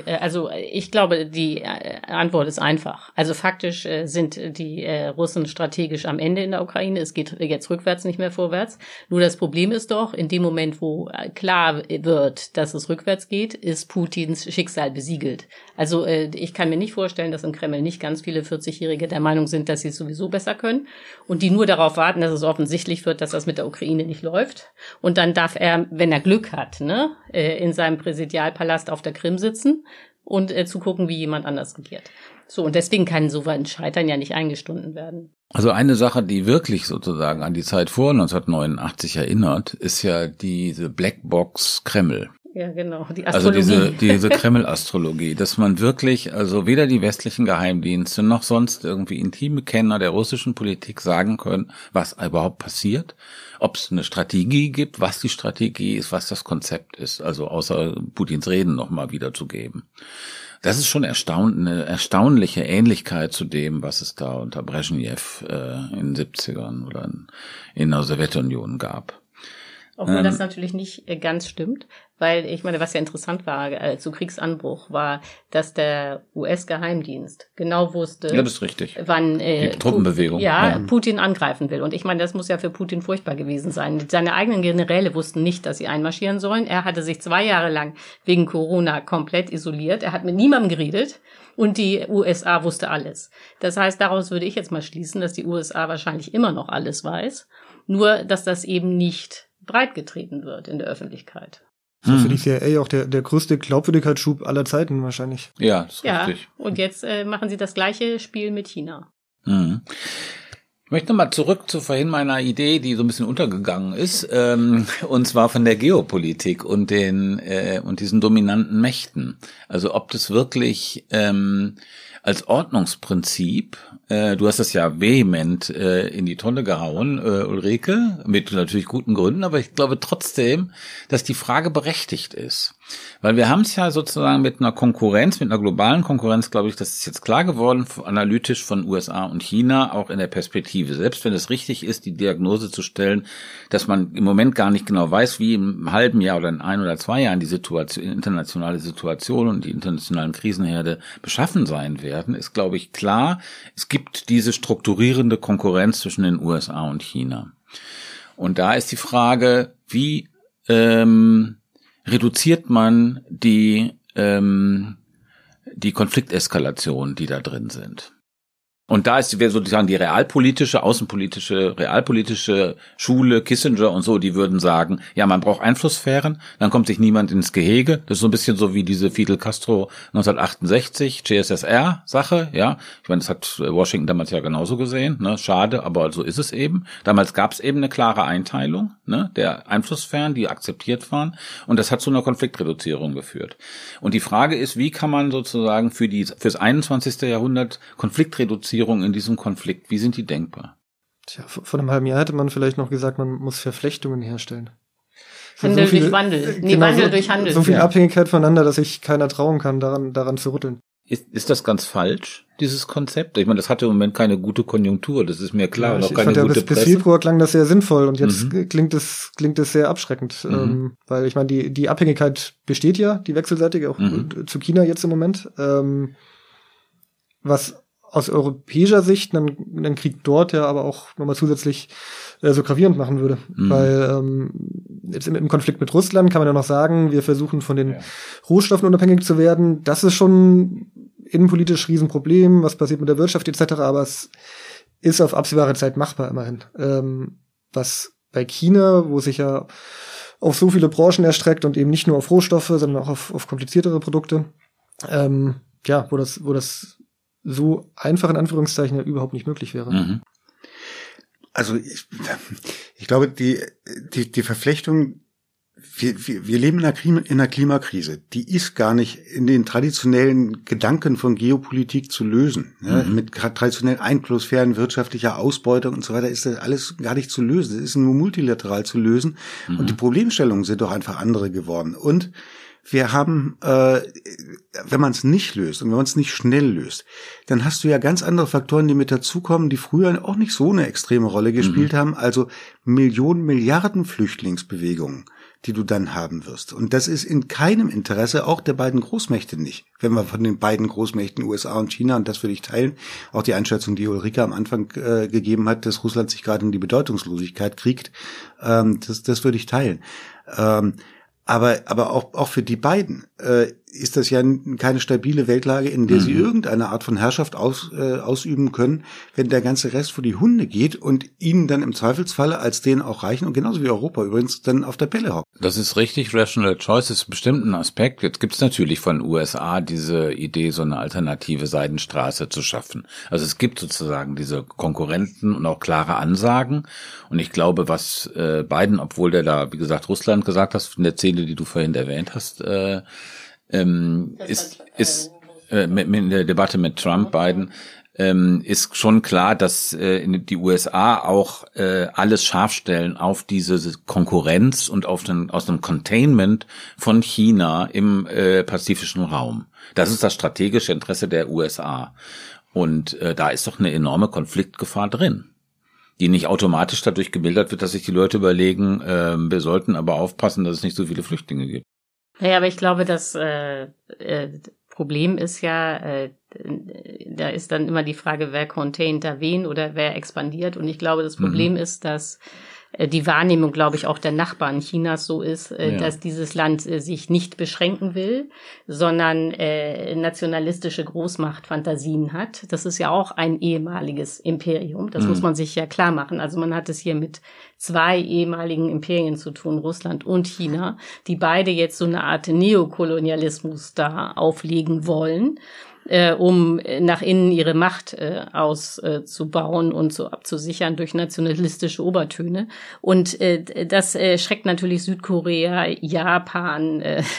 ich glaube, die Antwort ist einfach. Also faktisch sind die Russen strategisch am Ende in der Ukraine. Es geht jetzt rückwärts, nicht mehr vorwärts. Nur das Problem ist doch, in dem Moment, wo klar wird, dass es rückwärts geht, ist Putins Schicksal besiegelt. Also ich kann mir nicht vorstellen, dass im Kreml nicht ganz viele 40-Jährige der Meinung sind, dass sie es sowieso besser können und die nur darauf warten, dass es offensichtlich wird, dass das mit der Ukraine nicht läuft. Und dann darf er, wenn er Glück hat, in seinem Präsidialpalast auf der Krim sitzen und zu gucken, wie jemand anders regiert. So, und deswegen kann so ein Scheitern ja nicht eingestunden werden. Also eine Sache, die wirklich sozusagen an die Zeit vor 1989 erinnert, ist ja diese Blackbox Kreml. Ja, genau, die Astrologie. Also diese Kreml-Astrologie, dass man wirklich, also weder die westlichen Geheimdienste noch sonst irgendwie intime Kenner der russischen Politik sagen können, was überhaupt passiert, ob es eine Strategie gibt, was die Strategie ist, was das Konzept ist, also außer Putins Reden nochmal wiederzugeben. Das ist schon eine erstaunliche Ähnlichkeit zu dem, was es da unter Brezhnev in den 70ern oder in der Sowjetunion gab. Obwohl das natürlich nicht ganz stimmt, weil ich meine, was ja interessant war zu Kriegsanbruch, war, dass der US-Geheimdienst genau wusste, ja, das ist richtig, wann die Truppenbewegung Putin angreifen will. Und ich meine, das muss ja für Putin furchtbar gewesen sein. Seine eigenen Generäle wussten nicht, dass sie einmarschieren sollen. Er hatte sich 2 Jahre lang wegen Corona komplett isoliert. Er hat mit niemandem geredet. Und die USA wusste alles. Das heißt, daraus würde ich jetzt mal schließen, dass die USA wahrscheinlich immer noch alles weiß. Nur, dass das eben nicht breitgetreten wird in der Öffentlichkeit. Das ist für die CIA auch der größte Glaubwürdigkeitsschub aller Zeiten wahrscheinlich. Ja, das ist richtig. Und jetzt machen sie das gleiche Spiel mit China. Mhm. Ich möchte nochmal zurück zu vorhin meiner Idee, die so ein bisschen untergegangen ist, und zwar von der Geopolitik und diesen dominanten Mächten. Also ob das wirklich als Ordnungsprinzip, du hast das ja vehement in die Tonne gehauen, Ulrike, mit natürlich guten Gründen, aber ich glaube trotzdem, dass die Frage berechtigt ist. Weil wir haben es ja sozusagen mit einer Konkurrenz, mit einer globalen Konkurrenz, glaube ich, das ist jetzt klar geworden, analytisch von USA und China, auch in der Perspektive. Selbst wenn es richtig ist, die Diagnose zu stellen, dass man im Moment gar nicht genau weiß, wie im halben Jahr oder in 1 oder 2 Jahren die internationale Situation und die internationalen Krisenherde beschaffen sein werden, ist, glaube ich, klar, es gibt diese strukturierende Konkurrenz zwischen den USA und China. Und da ist die Frage, wie reduziert man die Konflikteskalation, die da drin sind. Und da wäre sozusagen die realpolitische Schule, Kissinger und so, die würden sagen, ja, man braucht Einflusssphären, dann kommt sich niemand ins Gehege. Das ist so ein bisschen so wie diese Fidel Castro 1968 CSSR-Sache, ja. Ich meine, das hat Washington damals ja genauso gesehen, ne? Schade, aber so ist es eben. Damals gab es eben eine klare Einteilung, ne, der Einflusssphären, die akzeptiert waren. Und das hat zu einer Konfliktreduzierung geführt. Und die Frage ist, wie kann man sozusagen fürs 21. Jahrhundert Konfliktreduzierung in diesem Konflikt, wie sind die denkbar? Tja, vor einem halben Jahr hätte man vielleicht noch gesagt, man muss Verflechtungen herstellen. Handel durch Wandel. Wandel durch Handel. So viel Abhängigkeit voneinander, dass sich keiner trauen kann, daran zu rütteln. Ist das ganz falsch, dieses Konzept? Ich meine, das hat im Moment keine gute Konjunktur, das ist mir klar, ja, und auch keine gute Presse. Bis Februar klang das sehr sinnvoll und jetzt klingt es sehr abschreckend, weil ich meine, die Abhängigkeit besteht ja, die wechselseitige, auch zu China jetzt im Moment. Was aus europäischer Sicht einen Krieg dort ja aber auch nochmal zusätzlich so gravierend machen würde. Weil jetzt im Konflikt mit Russland kann man ja noch sagen, wir versuchen von den Rohstoffen unabhängig zu werden. Das ist schon innenpolitisch Riesenproblem, was passiert mit der Wirtschaft etc., aber es ist auf absehbare Zeit machbar immerhin. Was bei China, wo sich ja auf so viele Branchen erstreckt und eben nicht nur auf Rohstoffe, sondern auch auf kompliziertere Produkte, wo das so einfach in Anführungszeichen ja überhaupt nicht möglich wäre. Also ich glaube, die Verflechtung, wir leben in einer Klimakrise, die ist gar nicht in den traditionellen Gedanken von Geopolitik zu lösen. Ja, mit traditionellen Einflusssphären, wirtschaftlicher Ausbeutung und so weiter ist das alles gar nicht zu lösen. Das ist nur multilateral zu lösen. Und die Problemstellungen sind doch einfach andere geworden. Und wir haben, wenn man es nicht löst und wenn man es nicht schnell löst, dann hast du ja ganz andere Faktoren, die mit dazukommen, die früher auch nicht so eine extreme Rolle gespielt haben. Also Milliarden Flüchtlingsbewegungen, die du dann haben wirst. Und das ist in keinem Interesse, auch der beiden Großmächte nicht. Wenn wir von den beiden Großmächten USA und China, und das würde ich teilen, auch die Einschätzung, die Ulrike am Anfang gegeben hat, dass Russland sich gerade in die Bedeutungslosigkeit kriegt, das würde ich teilen. Aber auch für die beiden ist das ja keine stabile Weltlage, in der sie irgendeine Art von Herrschaft ausüben können, wenn der ganze Rest vor die Hunde geht und ihnen dann im Zweifelsfalle als denen auch reichen und genauso wie Europa übrigens dann auf der Pelle hocken. Das ist richtig. Rational Choice ist bestimmt ein Aspekt. Jetzt gibt es natürlich von USA diese Idee, so eine alternative Seidenstraße zu schaffen. Also es gibt sozusagen diese Konkurrenten und auch klare Ansagen. Und ich glaube, was Biden, obwohl der da, wie gesagt, Russland gesagt hast, in der Szene, die du vorhin erwähnt hast, ist in der Debatte mit Trump, Biden, ist schon klar, dass die USA auch alles scharf stellen auf diese Konkurrenz und aus dem Containment von China im pazifischen Raum. Das ist das strategische Interesse der USA. Und da ist doch eine enorme Konfliktgefahr drin, die nicht automatisch dadurch gemildert wird, dass sich die Leute überlegen, wir sollten aber aufpassen, dass es nicht so viele Flüchtlinge gibt. Naja, aber ich glaube, das Problem ist ja, da ist dann immer die Frage, wer containt da wen oder wer expandiert. Und ich glaube, das Problem ist, dass die Wahrnehmung, glaube ich, auch der Nachbarn Chinas so ist, dass dieses Land sich nicht beschränken will, sondern nationalistische Großmachtfantasien hat. Das ist ja auch ein ehemaliges Imperium. Das muss man sich ja klar machen. Also man hat es hier mit 2 ehemaligen Imperien zu tun, Russland und China, die beide jetzt so eine Art Neokolonialismus da auflegen wollen, um nach innen ihre Macht auszubauen und so abzusichern durch nationalistische Obertöne. Und das schreckt natürlich Südkorea, Japan,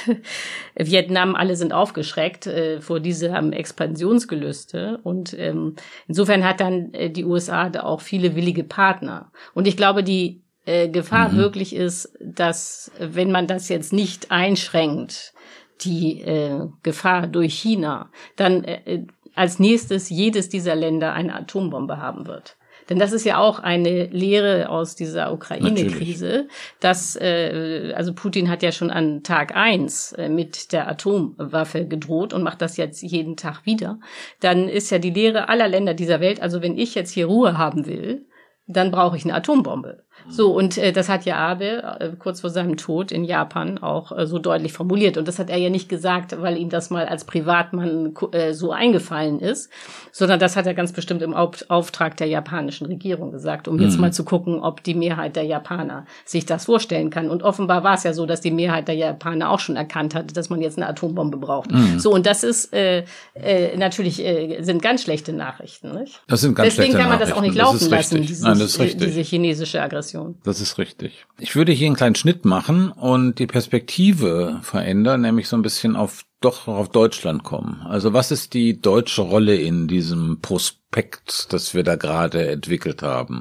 Vietnam, alle sind aufgeschreckt vor diesem Expansionsgelüste. Und insofern hat dann die USA da auch viele willige Partner. Und ich glaube, die Gefahr wirklich ist, dass, wenn man das jetzt nicht einschränkt, die Gefahr durch China, dann als nächstes jedes dieser Länder eine Atombombe haben wird. Denn das ist ja auch eine Lehre aus dieser Ukraine-Krise, dass also Putin hat ja schon an Tag 1 mit der Atomwaffe gedroht und macht das jetzt jeden Tag wieder. Dann ist ja die Lehre aller Länder dieser Welt, also wenn ich jetzt hier Ruhe haben will, dann brauche ich eine Atombombe. So, und das hat ja Abe kurz vor seinem Tod in Japan auch so deutlich formuliert. Und das hat er ja nicht gesagt, weil ihm das mal als Privatmann so eingefallen ist, sondern das hat er ganz bestimmt im Auftrag der japanischen Regierung gesagt, um jetzt mal zu gucken, ob die Mehrheit der Japaner sich das vorstellen kann. Und offenbar war es ja so, dass die Mehrheit der Japaner auch schon erkannt hatte, dass man jetzt eine Atombombe braucht. So, und das ist natürlich sind ganz schlechte Nachrichten, nicht? Das sind ganz Deswegen schlechte kann man das auch nicht laufen lassen, diese chinesische Aggression. Das ist richtig. Ich würde hier einen kleinen Schnitt machen und die Perspektive verändern, nämlich so ein bisschen auf Deutschland kommen. Also was ist die deutsche Rolle in diesem Prospekt, das wir da gerade entwickelt haben?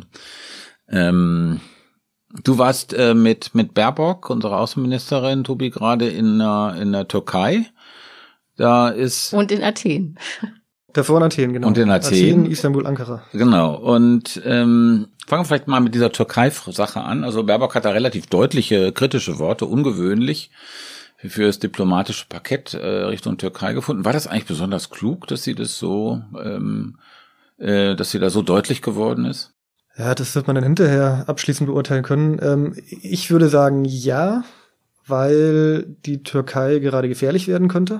Du warst mit Baerbock, unserer Außenministerin, Tobi, gerade in der Türkei. Da ist und in Athen. Davor in Athen, genau. Und in Athen, Istanbul, Ankara. Genau. Und fangen wir vielleicht mal mit dieser Türkei-Sache an. Also Baerbock hat da relativ deutliche kritische Worte, ungewöhnlich für das diplomatische Parkett Richtung Türkei gefunden. War das eigentlich besonders klug, dass sie das so, dass sie da so deutlich geworden ist? Ja, das wird man dann hinterher abschließend beurteilen können. Ich würde sagen, ja, weil die Türkei gerade gefährlich werden könnte.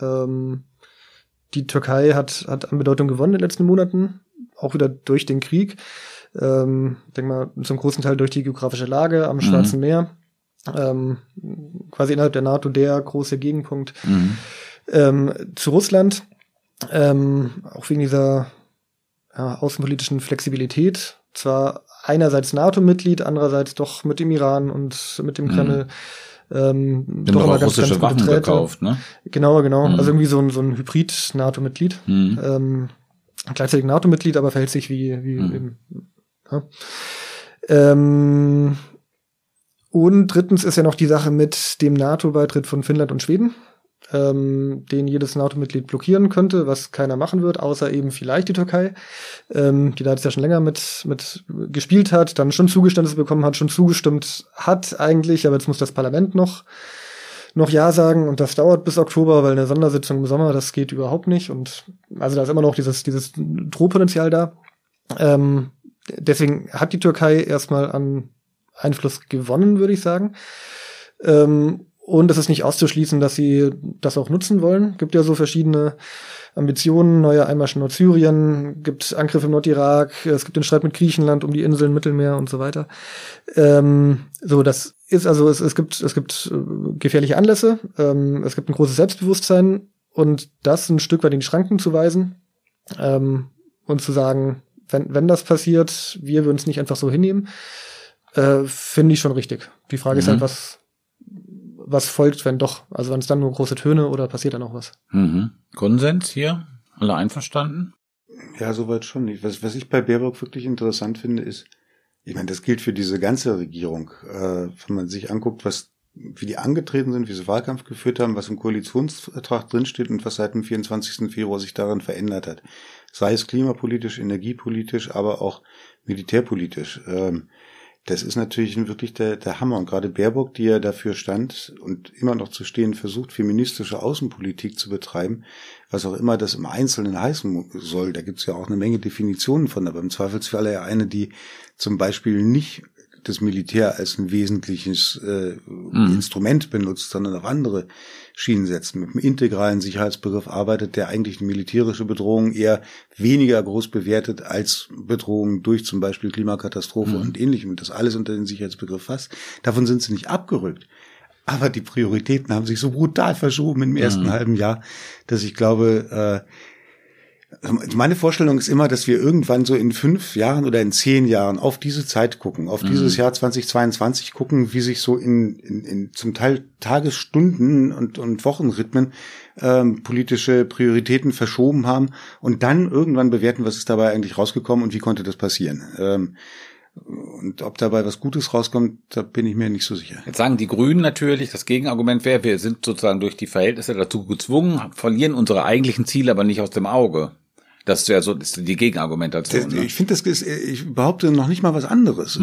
Die Türkei hat an Bedeutung gewonnen in den letzten Monaten, auch wieder durch den Krieg. Denk mal, zum großen Teil durch die geografische Lage am Schwarzen Meer. Quasi innerhalb der NATO der große Gegenpunkt zu Russland. Auch wegen dieser außenpolitischen Flexibilität. Zwar einerseits NATO-Mitglied, andererseits doch mit dem Iran und mit dem Kreml doch immer ganz Waffen gekauft, ne? Genau. Also irgendwie so ein Hybrid-NATO-Mitglied. Gleichzeitig NATO-Mitglied, aber verhält sich wie eben. Ja. Und drittens ist ja noch die Sache mit dem NATO-Beitritt von Finnland und Schweden. den jedes NATO-Mitglied blockieren könnte, was keiner machen wird, außer eben vielleicht die Türkei, die da jetzt ja schon länger mit gespielt hat, dann schon Zugeständnisse bekommen hat, schon zugestimmt hat eigentlich, aber jetzt muss das Parlament noch Ja sagen und das dauert bis Oktober, weil eine Sondersitzung im Sommer, das geht überhaupt nicht und also da ist immer noch dieses Drohpotenzial da. Deswegen hat die Türkei erstmal an Einfluss gewonnen, würde ich sagen. Und es ist nicht auszuschließen, dass sie das auch nutzen wollen. Gibt ja so verschiedene Ambitionen, neuer Einmarsch in Nordsyrien, gibt Angriffe im Nordirak, es gibt den Streit mit Griechenland um die Inseln, Mittelmeer und so weiter. Das ist also, es gibt gefährliche Anlässe, es gibt ein großes Selbstbewusstsein und das ein Stück weit in die Schranken zu weisen und zu sagen, wenn das passiert, wir würden es nicht einfach so hinnehmen, finde ich schon richtig. Die Frage ist halt, was folgt, wenn doch? Also wenn es dann nur große Töne oder passiert dann auch was? Konsens hier? Alle einverstanden? Ja, soweit schon. Was ich bei Baerbock wirklich interessant finde, ist, ich meine, das gilt für diese ganze Regierung. Wenn man sich anguckt, wie die angetreten sind, wie sie Wahlkampf geführt haben, was im Koalitionsvertrag drinsteht und was seit dem 24. Februar sich daran verändert hat. Sei es klimapolitisch, energiepolitisch, aber auch militärpolitisch. Das ist natürlich wirklich der Hammer. Und gerade Baerbock, die ja dafür stand und immer noch zu stehen versucht, feministische Außenpolitik zu betreiben, was auch immer das im Einzelnen heißen soll. Da gibt's ja auch eine Menge Definitionen von, aber im Zweifelsfall ja eine, die zum Beispiel nicht das Militär als ein wesentliches Instrument benutzt, sondern auf andere Schienen setzt. Mit einem integralen Sicherheitsbegriff arbeitet, der eigentlich eine militärische Bedrohung eher weniger groß bewertet als Bedrohung durch zum Beispiel Klimakatastrophe und Ähnlichem. Und das alles unter den Sicherheitsbegriff fasst. Davon sind sie nicht abgerückt. Aber die Prioritäten haben sich so brutal verschoben im ersten halben Jahr, dass ich glaube, meine Vorstellung ist immer, dass wir irgendwann so in 5 Jahren oder in 10 Jahren auf diese Zeit gucken, auf dieses Jahr 2022 gucken, wie sich so in zum Teil Tagesstunden und Wochenrhythmen politische Prioritäten verschoben haben und dann irgendwann bewerten, was ist dabei eigentlich rausgekommen und wie konnte das passieren. Und ob dabei was Gutes rauskommt, da bin ich mir nicht so sicher. Jetzt sagen die Grünen natürlich, das Gegenargument wäre, wir sind sozusagen durch die Verhältnisse dazu gezwungen, verlieren unsere eigentlichen Ziele aber nicht aus dem Auge. Das ist ja so, das ist die Gegenargumentation. Ne? Ich finde, ich behaupte noch nicht mal was anderes.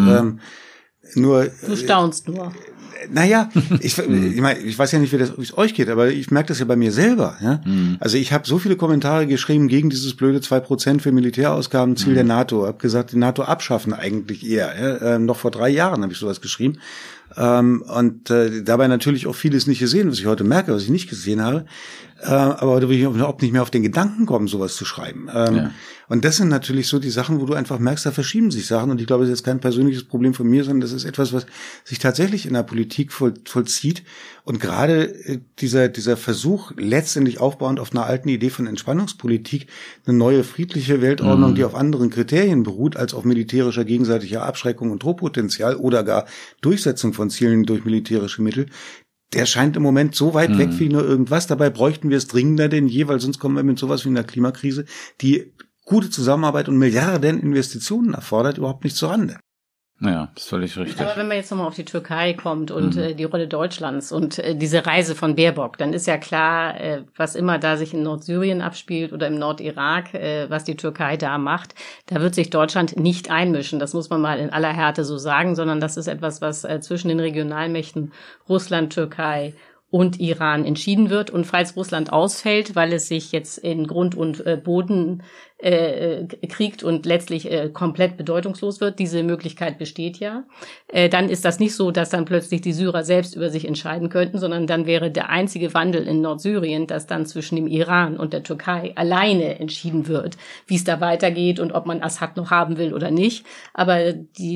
Du staunst nur. Naja, ich meine, ich weiß ja nicht, wie es euch geht, aber ich merke das ja bei mir selber. Ja? Also ich habe so viele Kommentare geschrieben gegen dieses blöde 2% für Militärausgaben, Ziel der NATO. Hab gesagt, die NATO abschaffen eigentlich eher. Ja? Noch vor 3 Jahren habe ich sowas geschrieben. Und dabei natürlich auch vieles nicht gesehen, was ich heute merke, was ich nicht gesehen habe. Aber heute will ich überhaupt nicht mehr auf den Gedanken kommen, sowas zu schreiben. Und das sind natürlich so die Sachen, wo du einfach merkst, da verschieben sich Sachen. Und ich glaube, das ist jetzt kein persönliches Problem von mir, sondern das ist etwas, was sich tatsächlich in der Politik vollzieht. Und gerade dieser Versuch, letztendlich aufbauend auf einer alten Idee von Entspannungspolitik, eine neue friedliche Weltordnung, die auf anderen Kriterien beruht, als auf militärischer gegenseitiger Abschreckung und Drohpotenzial oder gar Durchsetzung von Zielen durch militärische Mittel, der scheint im Moment so weit weg wie nur irgendwas. Dabei bräuchten wir es dringender denn je, weil sonst kommen wir mit sowas wie einer Klimakrise, die gute Zusammenarbeit und Milliarden Investitionen erfordert, überhaupt nicht zurande. Ja, das ist völlig richtig. Aber wenn man jetzt nochmal auf die Türkei kommt und die Rolle Deutschlands und diese Reise von Baerbock, dann ist ja klar, was immer da sich in Nordsyrien abspielt oder im Nordirak, was die Türkei da macht, da wird sich Deutschland nicht einmischen. Das muss man mal in aller Härte so sagen, sondern das ist etwas, was zwischen den Regionalmächten Russland, Türkei und Iran entschieden wird. Und falls Russland ausfällt, weil es sich jetzt in Grund und Boden kriegt und letztlich komplett bedeutungslos wird, diese Möglichkeit besteht ja, dann ist das nicht so, dass dann plötzlich die Syrer selbst über sich entscheiden könnten, sondern dann wäre der einzige Wandel in Nordsyrien, dass dann zwischen dem Iran und der Türkei alleine entschieden wird, wie es da weitergeht und ob man Assad noch haben will oder nicht. Aber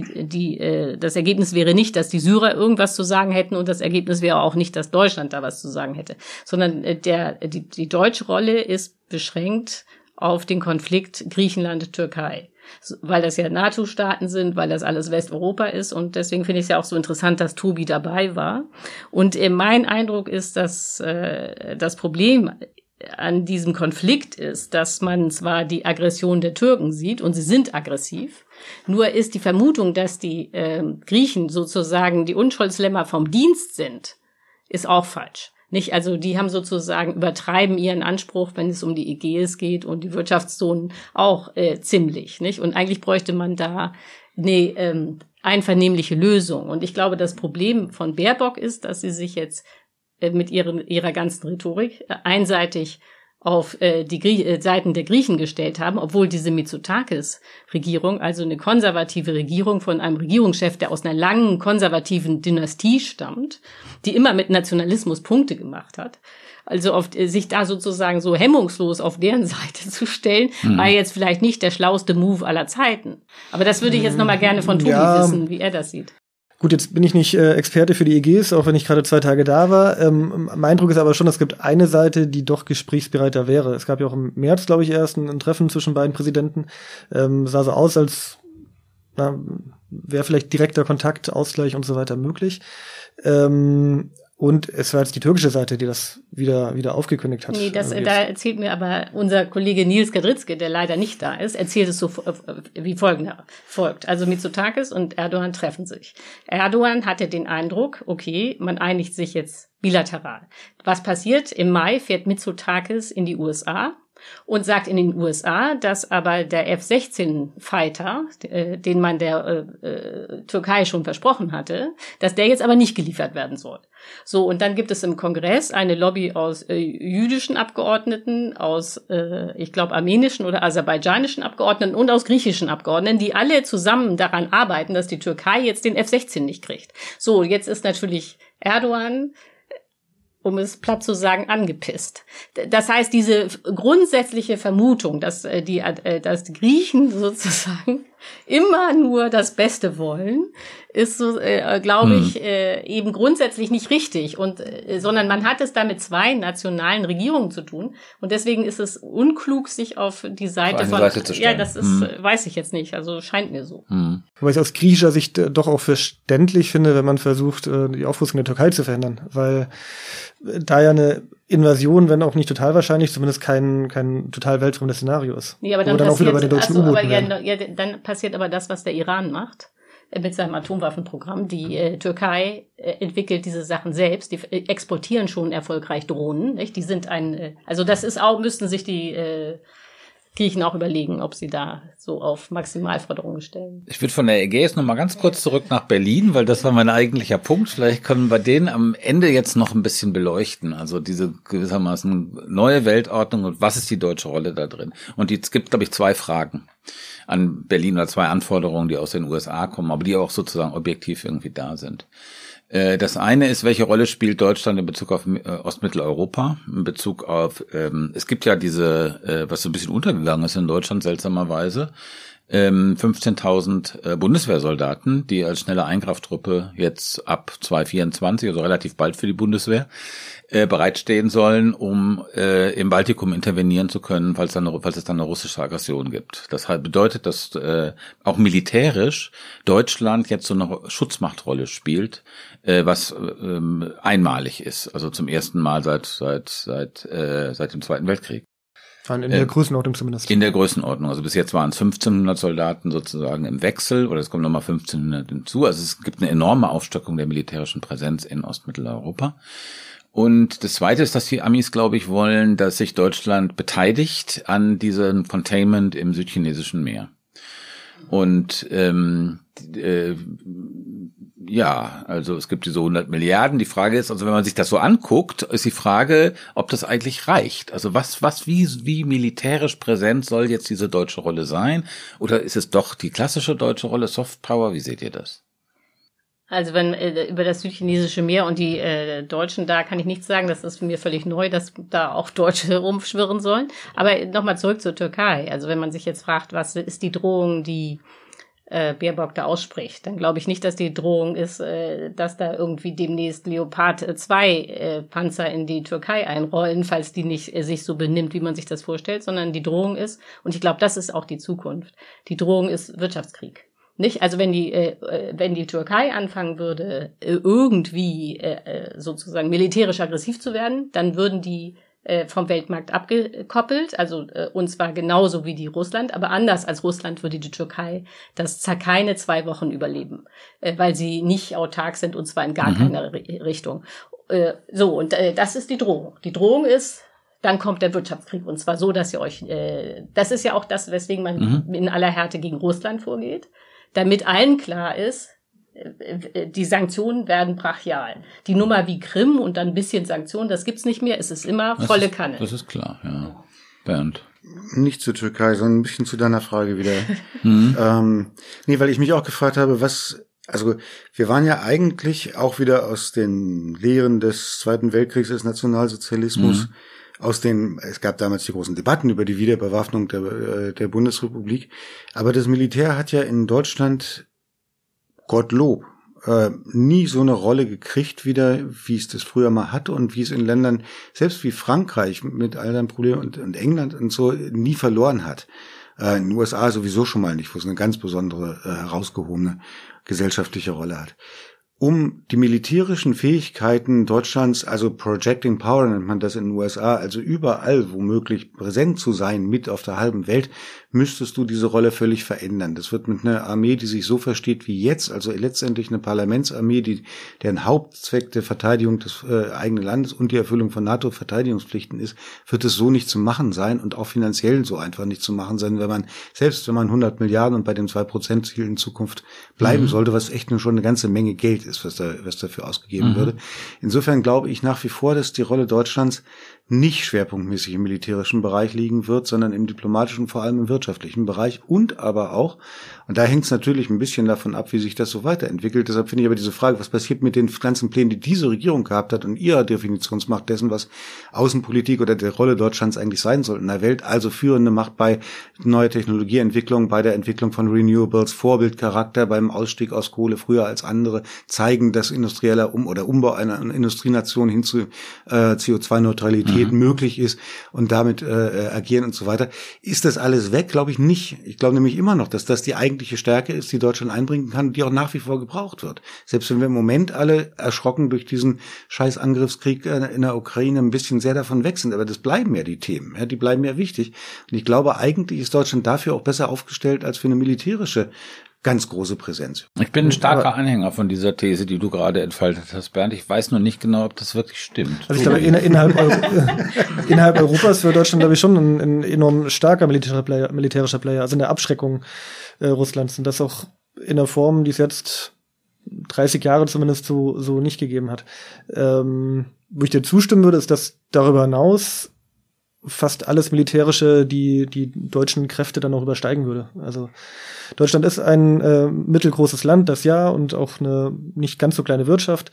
das Ergebnis wäre nicht, dass die Syrer irgendwas zu sagen hätten und das Ergebnis wäre auch nicht, dass Deutschland da was zu sagen hätte, sondern die deutsche Rolle ist beschränkt auf den Konflikt Griechenland-Türkei, weil das ja NATO-Staaten sind, weil das alles Westeuropa ist und deswegen finde ich es ja auch so interessant, dass Tobi dabei war. Und mein Eindruck ist, dass das Problem an diesem Konflikt ist, dass man zwar die Aggression der Türken sieht und sie sind aggressiv, nur ist die Vermutung, dass die Griechen sozusagen die Unschuldslämmer vom Dienst sind, ist auch falsch. Nicht? Also die haben sozusagen, übertreiben ihren Anspruch, wenn es um die Ägäis geht und die Wirtschaftszonen auch ziemlich. Nicht? Und eigentlich bräuchte man da eine einvernehmliche Lösung. Und ich glaube, das Problem von Baerbock ist, dass sie sich jetzt mit ihrer ganzen Rhetorik einseitig auf die Seiten der Griechen gestellt haben, obwohl diese Mitsotakis-Regierung, also eine konservative Regierung von einem Regierungschef, der aus einer langen konservativen Dynastie stammt, die immer mit Nationalismus Punkte gemacht hat, also sich da sozusagen so hemmungslos auf deren Seite zu stellen, war jetzt vielleicht nicht der schlauste Move aller Zeiten. Aber das würde ich jetzt nochmal gerne von Tobi wissen, wie er das sieht. Gut, jetzt bin ich nicht Experte für die Ägäis, auch wenn ich gerade 2 Tage da war. Mein Eindruck ist aber schon, es gibt eine Seite, die doch gesprächsbereiter wäre. Es gab ja auch im März, glaube ich, erst ein Treffen zwischen beiden Präsidenten. Sah so aus, als wäre vielleicht direkter Kontakt, Ausgleich und so weiter möglich. Und es war jetzt die türkische Seite, die das wieder aufgekündigt hat. Nee, da erzählt mir aber unser Kollege Nils Kadritzke, der leider nicht da ist, erzählt es so wie folgt. Also Mitsotakis und Erdogan treffen sich. Erdogan hatte den Eindruck, okay, man einigt sich jetzt bilateral. Was passiert? Im Mai fährt Mitsotakis in die USA und sagt in den USA, dass aber der F-16-Fighter, den man der Türkei schon versprochen hatte, dass der jetzt aber nicht geliefert werden soll. So, und dann gibt es im Kongress eine Lobby aus jüdischen Abgeordneten, aus, ich glaube, armenischen oder aserbaidschanischen Abgeordneten und aus griechischen Abgeordneten, die alle zusammen daran arbeiten, dass die Türkei jetzt den F-16 nicht kriegt. So, jetzt ist natürlich Erdogan, um es platt zu sagen, angepisst. Das heißt, diese grundsätzliche Vermutung, dass die Griechen sozusagen immer nur das Beste wollen, ist so, glaube ich, eben grundsätzlich nicht richtig. Und sondern man hat es da mit 2 nationalen Regierungen zu tun. Und deswegen ist es unklug, sich auf die Seite von Seite zu stellen. Ja, das ist, weiß ich jetzt nicht. Also scheint mir so. Wobei ich es aus griechischer Sicht doch auch verständlich finde, wenn man versucht, die Aufrüstung der Türkei zu verhindern. Weil da ja eine Invasion, wenn auch nicht total wahrscheinlich, zumindest kein total weltfremdes Szenario ist. Nee, aber dann passiert aber das, was der Iran macht mit seinem Atomwaffenprogramm. Die Türkei entwickelt diese Sachen selbst. Die exportieren schon erfolgreich Drohnen. Nicht? Die sind also das ist auch, müssten sich die Griechen auch überlegen, ob sie da so auf Maximalforderungen stellen. Ich würde von der Ägäis noch mal ganz kurz zurück nach Berlin, weil das war mein eigentlicher Punkt. Vielleicht können wir den am Ende jetzt noch ein bisschen beleuchten. Also diese gewissermaßen neue Weltordnung und was ist die deutsche Rolle da drin? Und es gibt, glaube ich, 2 Fragen an Berlin oder 2 Anforderungen, die aus den USA kommen, aber die auch sozusagen objektiv irgendwie da sind. Das eine ist, welche Rolle spielt Deutschland in Bezug auf Ostmitteleuropa, in Bezug auf, es gibt ja diese, was so ein bisschen untergegangen ist in Deutschland seltsamerweise, 15.000 Bundeswehrsoldaten, die als schnelle Eingreiftruppe jetzt ab 2024, also relativ bald für die Bundeswehr, bereitstehen sollen, um im Baltikum intervenieren zu können, falls es dann eine russische Aggression gibt. Das bedeutet, dass auch militärisch Deutschland jetzt so eine Schutzmachtrolle spielt, was einmalig ist, also zum ersten Mal seit dem Zweiten Weltkrieg. In der Größenordnung zumindest. In der Größenordnung. Also bis jetzt waren es 1500 Soldaten sozusagen im Wechsel, oder es kommen nochmal 1500 hinzu. Also es gibt eine enorme Aufstockung der militärischen Präsenz in Ostmitteleuropa. Und das Zweite ist, dass die Amis, glaube ich, wollen, dass sich Deutschland beteiligt an diesem Containment im südchinesischen Meer. Und ja, also es gibt diese 100 Milliarden. Die Frage ist, also wenn man sich das so anguckt, ist die Frage, ob das eigentlich reicht. Also wie militärisch präsent soll jetzt diese deutsche Rolle sein? Oder ist es doch die klassische deutsche Rolle, Soft Power? Wie seht ihr das? Also wenn über das südchinesische Meer und die Deutschen, da kann ich nichts sagen, das ist für mir völlig neu, dass da auch Deutsche rumschwirren sollen. Aber nochmal zurück zur Türkei. Also wenn man sich jetzt fragt, was ist die Drohung, die Baerbock da ausspricht, dann glaube ich nicht, dass die Drohung ist, dass da irgendwie demnächst Leopard 2 Panzer in die Türkei einrollen, falls die nicht sich so benimmt, wie man sich das vorstellt, sondern die Drohung ist, und ich glaube, das ist auch die Zukunft, die Drohung ist Wirtschaftskrieg. Nicht? Also wenn die Türkei anfangen würde, irgendwie sozusagen militärisch aggressiv zu werden, dann würden die vom Weltmarkt abgekoppelt, also und zwar genauso wie die Russland, aber anders als Russland würde die Türkei das keine 2 Wochen überleben, weil sie nicht autark sind und zwar in gar keiner Richtung. das ist die Drohung. Die Drohung ist, dann kommt der Wirtschaftskrieg. Und zwar so, dass ihr euch, das ist ja auch das, weswegen man in aller Härte gegen Russland vorgeht, damit allen klar ist, die Sanktionen werden brachial. Die Nummer wie Krim und dann ein bisschen Sanktionen, das gibt's nicht mehr. Es ist immer volle Kanne. Das ist klar, ja. Bernd. Nicht zur Türkei, sondern ein bisschen zu deiner Frage wieder. Weil ich mich auch gefragt habe, also wir waren ja eigentlich auch wieder aus den Lehren des Zweiten Weltkriegs, des Nationalsozialismus, es gab damals die großen Debatten über die Wiederbewaffnung der Bundesrepublik, aber das Militär hat ja in Deutschland, Gottlob, nie so eine Rolle gekriegt wieder, wie es das früher mal hatte und wie es in Ländern, selbst wie Frankreich mit all seinen Problemen und England und so, nie verloren hat. In den USA sowieso schon mal nicht, wo es eine ganz besondere, herausgehobene gesellschaftliche Rolle hat. Um die militärischen Fähigkeiten Deutschlands, also Projecting Power nennt man das in den USA, also überall womöglich präsent zu sein, mit auf der halben Welt, müsstest du diese Rolle völlig verändern. Das wird mit einer Armee, die sich so versteht wie jetzt, also letztendlich eine Parlamentsarmee, deren Hauptzweck der Verteidigung des eigenen Landes und die Erfüllung von NATO-Verteidigungspflichten ist, wird es so nicht zu machen sein und auch finanziell so einfach nicht zu machen sein, selbst wenn man 100 Milliarden und bei dem 2%-Ziel in Zukunft bleiben sollte, was echt schon eine ganze Menge Geld ist, was dafür ausgegeben würde. Insofern glaube ich nach wie vor, dass die Rolle Deutschlands nicht schwerpunktmäßig im militärischen Bereich liegen wird, sondern im diplomatischen, vor allem im wirtschaftlichen Bereich und aber auch, und da hängt es natürlich ein bisschen davon ab, wie sich das so weiterentwickelt. Deshalb finde ich aber diese Frage, was passiert mit den ganzen Plänen, die diese Regierung gehabt hat und ihrer Definitionsmacht dessen, was Außenpolitik oder der Rolle Deutschlands eigentlich sein soll in der Welt, also führende Macht bei neuer Technologieentwicklung, bei der Entwicklung von Renewables, Vorbildcharakter beim Ausstieg aus Kohle früher als andere, zeigen, dass industrieller Umbau einer Industrienation hin zu CO2-Neutralität möglich ist und damit agieren und so weiter. Ist das alles weg? Glaube ich nicht. Ich glaube nämlich immer noch, dass das die eigentliche Stärke ist, die Deutschland einbringen kann und die auch nach wie vor gebraucht wird. Selbst wenn wir im Moment alle erschrocken durch diesen scheiß Angriffskrieg in der Ukraine ein bisschen sehr davon weg sind, aber das bleiben ja die Themen, die bleiben ja wichtig. Und ich glaube, eigentlich ist Deutschland dafür auch besser aufgestellt als für eine militärische ganz große Präsenz. Ich bin ein starker Anhänger von dieser These, die du gerade entfaltet hast, Bernd. Ich weiß nur nicht genau, ob das wirklich stimmt. Also ich glaube, innerhalb Europas wird Deutschland, glaube ich, schon ein enorm starker militärischer Player, also in der Abschreckung Russlands. Und das auch in der Form, die es jetzt 30 Jahre zumindest so nicht gegeben hat. Wo ich dir zustimmen würde, ist, dass darüber hinaus fast alles Militärische die deutschen Kräfte dann auch übersteigen würde. Also Deutschland ist ein mittelgroßes Land, das ja, und auch eine nicht ganz so kleine Wirtschaft.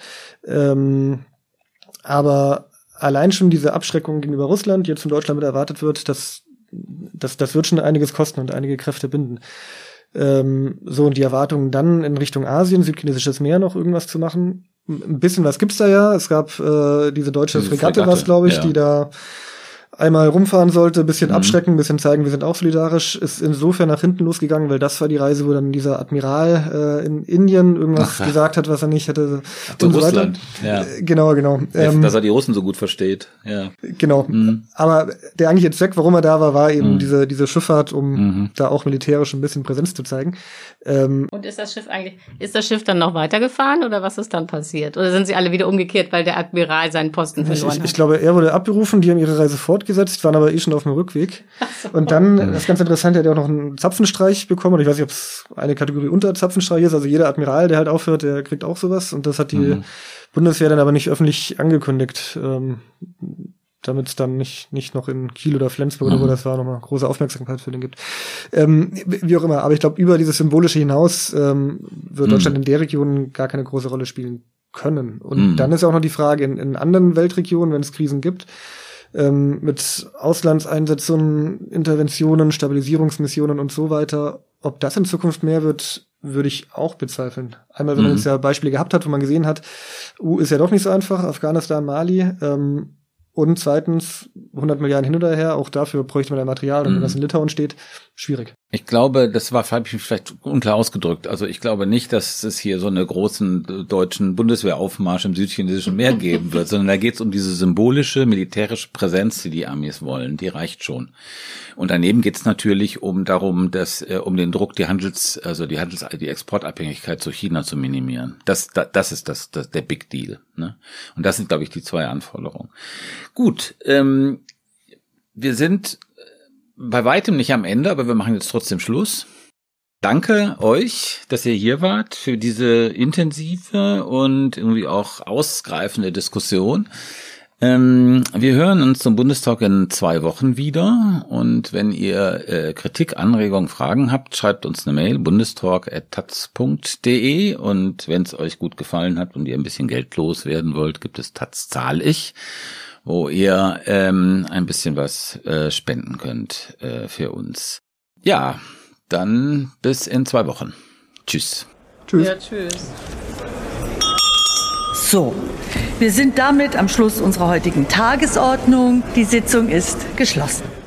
Aber allein schon diese Abschreckung gegenüber Russland, die jetzt von Deutschland mit erwartet wird, das wird schon einiges kosten und einige Kräfte binden. Und die Erwartungen dann in Richtung Asien, südchinesisches Meer noch irgendwas zu machen. Ein bisschen was gibt's da ja. Es gab diese deutsche Fregatte, was glaube ich, die da einmal rumfahren sollte, bisschen abschrecken, bisschen zeigen, wir sind auch solidarisch, ist insofern nach hinten losgegangen, weil das war die Reise, wo dann dieser Admiral in Indien irgendwas gesagt hat, was er nicht hätte. Und Russland, so ja. Genau. Dass er die Russen so gut versteht, ja. Genau. Aber der eigentliche Zweck, warum er da war eben diese Schifffahrt, um da auch militärisch ein bisschen Präsenz zu zeigen. Und ist das Schiff dann noch weitergefahren oder was ist dann passiert? Oder sind sie alle wieder umgekehrt, weil der Admiral seinen Posten verloren hat? Ich glaube, er wurde abberufen, die haben ihre Reise fortgesetzt, waren aber schon auf dem Rückweg. So. Und dann, das ist ganz interessant, er hat ja auch noch einen Zapfenstreich bekommen, und ich weiß nicht, ob es eine Kategorie unter Zapfenstreich ist, also jeder Admiral, der halt aufhört, der kriegt auch sowas, und das hat die Bundeswehr dann aber nicht öffentlich angekündigt, damit es dann nicht noch in Kiel oder Flensburg oder wo das war, nochmal große Aufmerksamkeit für den gibt. Wie auch immer, aber ich glaube, über dieses Symbolische hinaus wird Deutschland in der Region gar keine große Rolle spielen können. Und dann ist ja auch noch die Frage, in anderen Weltregionen, wenn es Krisen gibt, mit Auslandseinsätzen, Interventionen, Stabilisierungsmissionen und so weiter, ob das in Zukunft mehr wird, würde ich auch bezweifeln. Einmal, wenn man jetzt ja Beispiele gehabt hat, wo man gesehen hat, ist ja doch nicht so einfach, Afghanistan, Mali, und zweitens 100 Milliarden hin oder her, auch dafür bräuchte man ja Material, und wenn das in Litauen steht, schwierig. Ich glaube, das war vielleicht unklar ausgedrückt. Also ich glaube nicht, dass es hier so einen großen deutschen Bundeswehraufmarsch im südchinesischen Meer geben wird, sondern da geht es um diese symbolische militärische Präsenz, die Amis wollen. Die reicht schon. Und daneben geht es natürlich darum, dass um den Druck, die Exportabhängigkeit zu China zu minimieren. Das ist der Big Deal. Ne? Und das sind, glaube ich, die zwei Anforderungen. Gut, wir sind bei weitem nicht am Ende, aber wir machen jetzt trotzdem Schluss. Danke euch, dass ihr hier wart für diese intensive und irgendwie auch ausgreifende Diskussion. Wir hören uns zum Bundestalk in 2 Wochen wieder und wenn ihr Kritik, Anregungen, Fragen habt, schreibt uns eine Mail, bundestalk@taz.de und wenn es euch gut gefallen hat und ihr ein bisschen Geld loswerden wollt, gibt es Taz zahl ich, wo ihr ein bisschen was spenden könnt für uns. Ja, dann bis in 2 Wochen. Tschüss. Tschüss. Ja, tschüss. So, wir sind damit am Schluss unserer heutigen Tagesordnung. Die Sitzung ist geschlossen.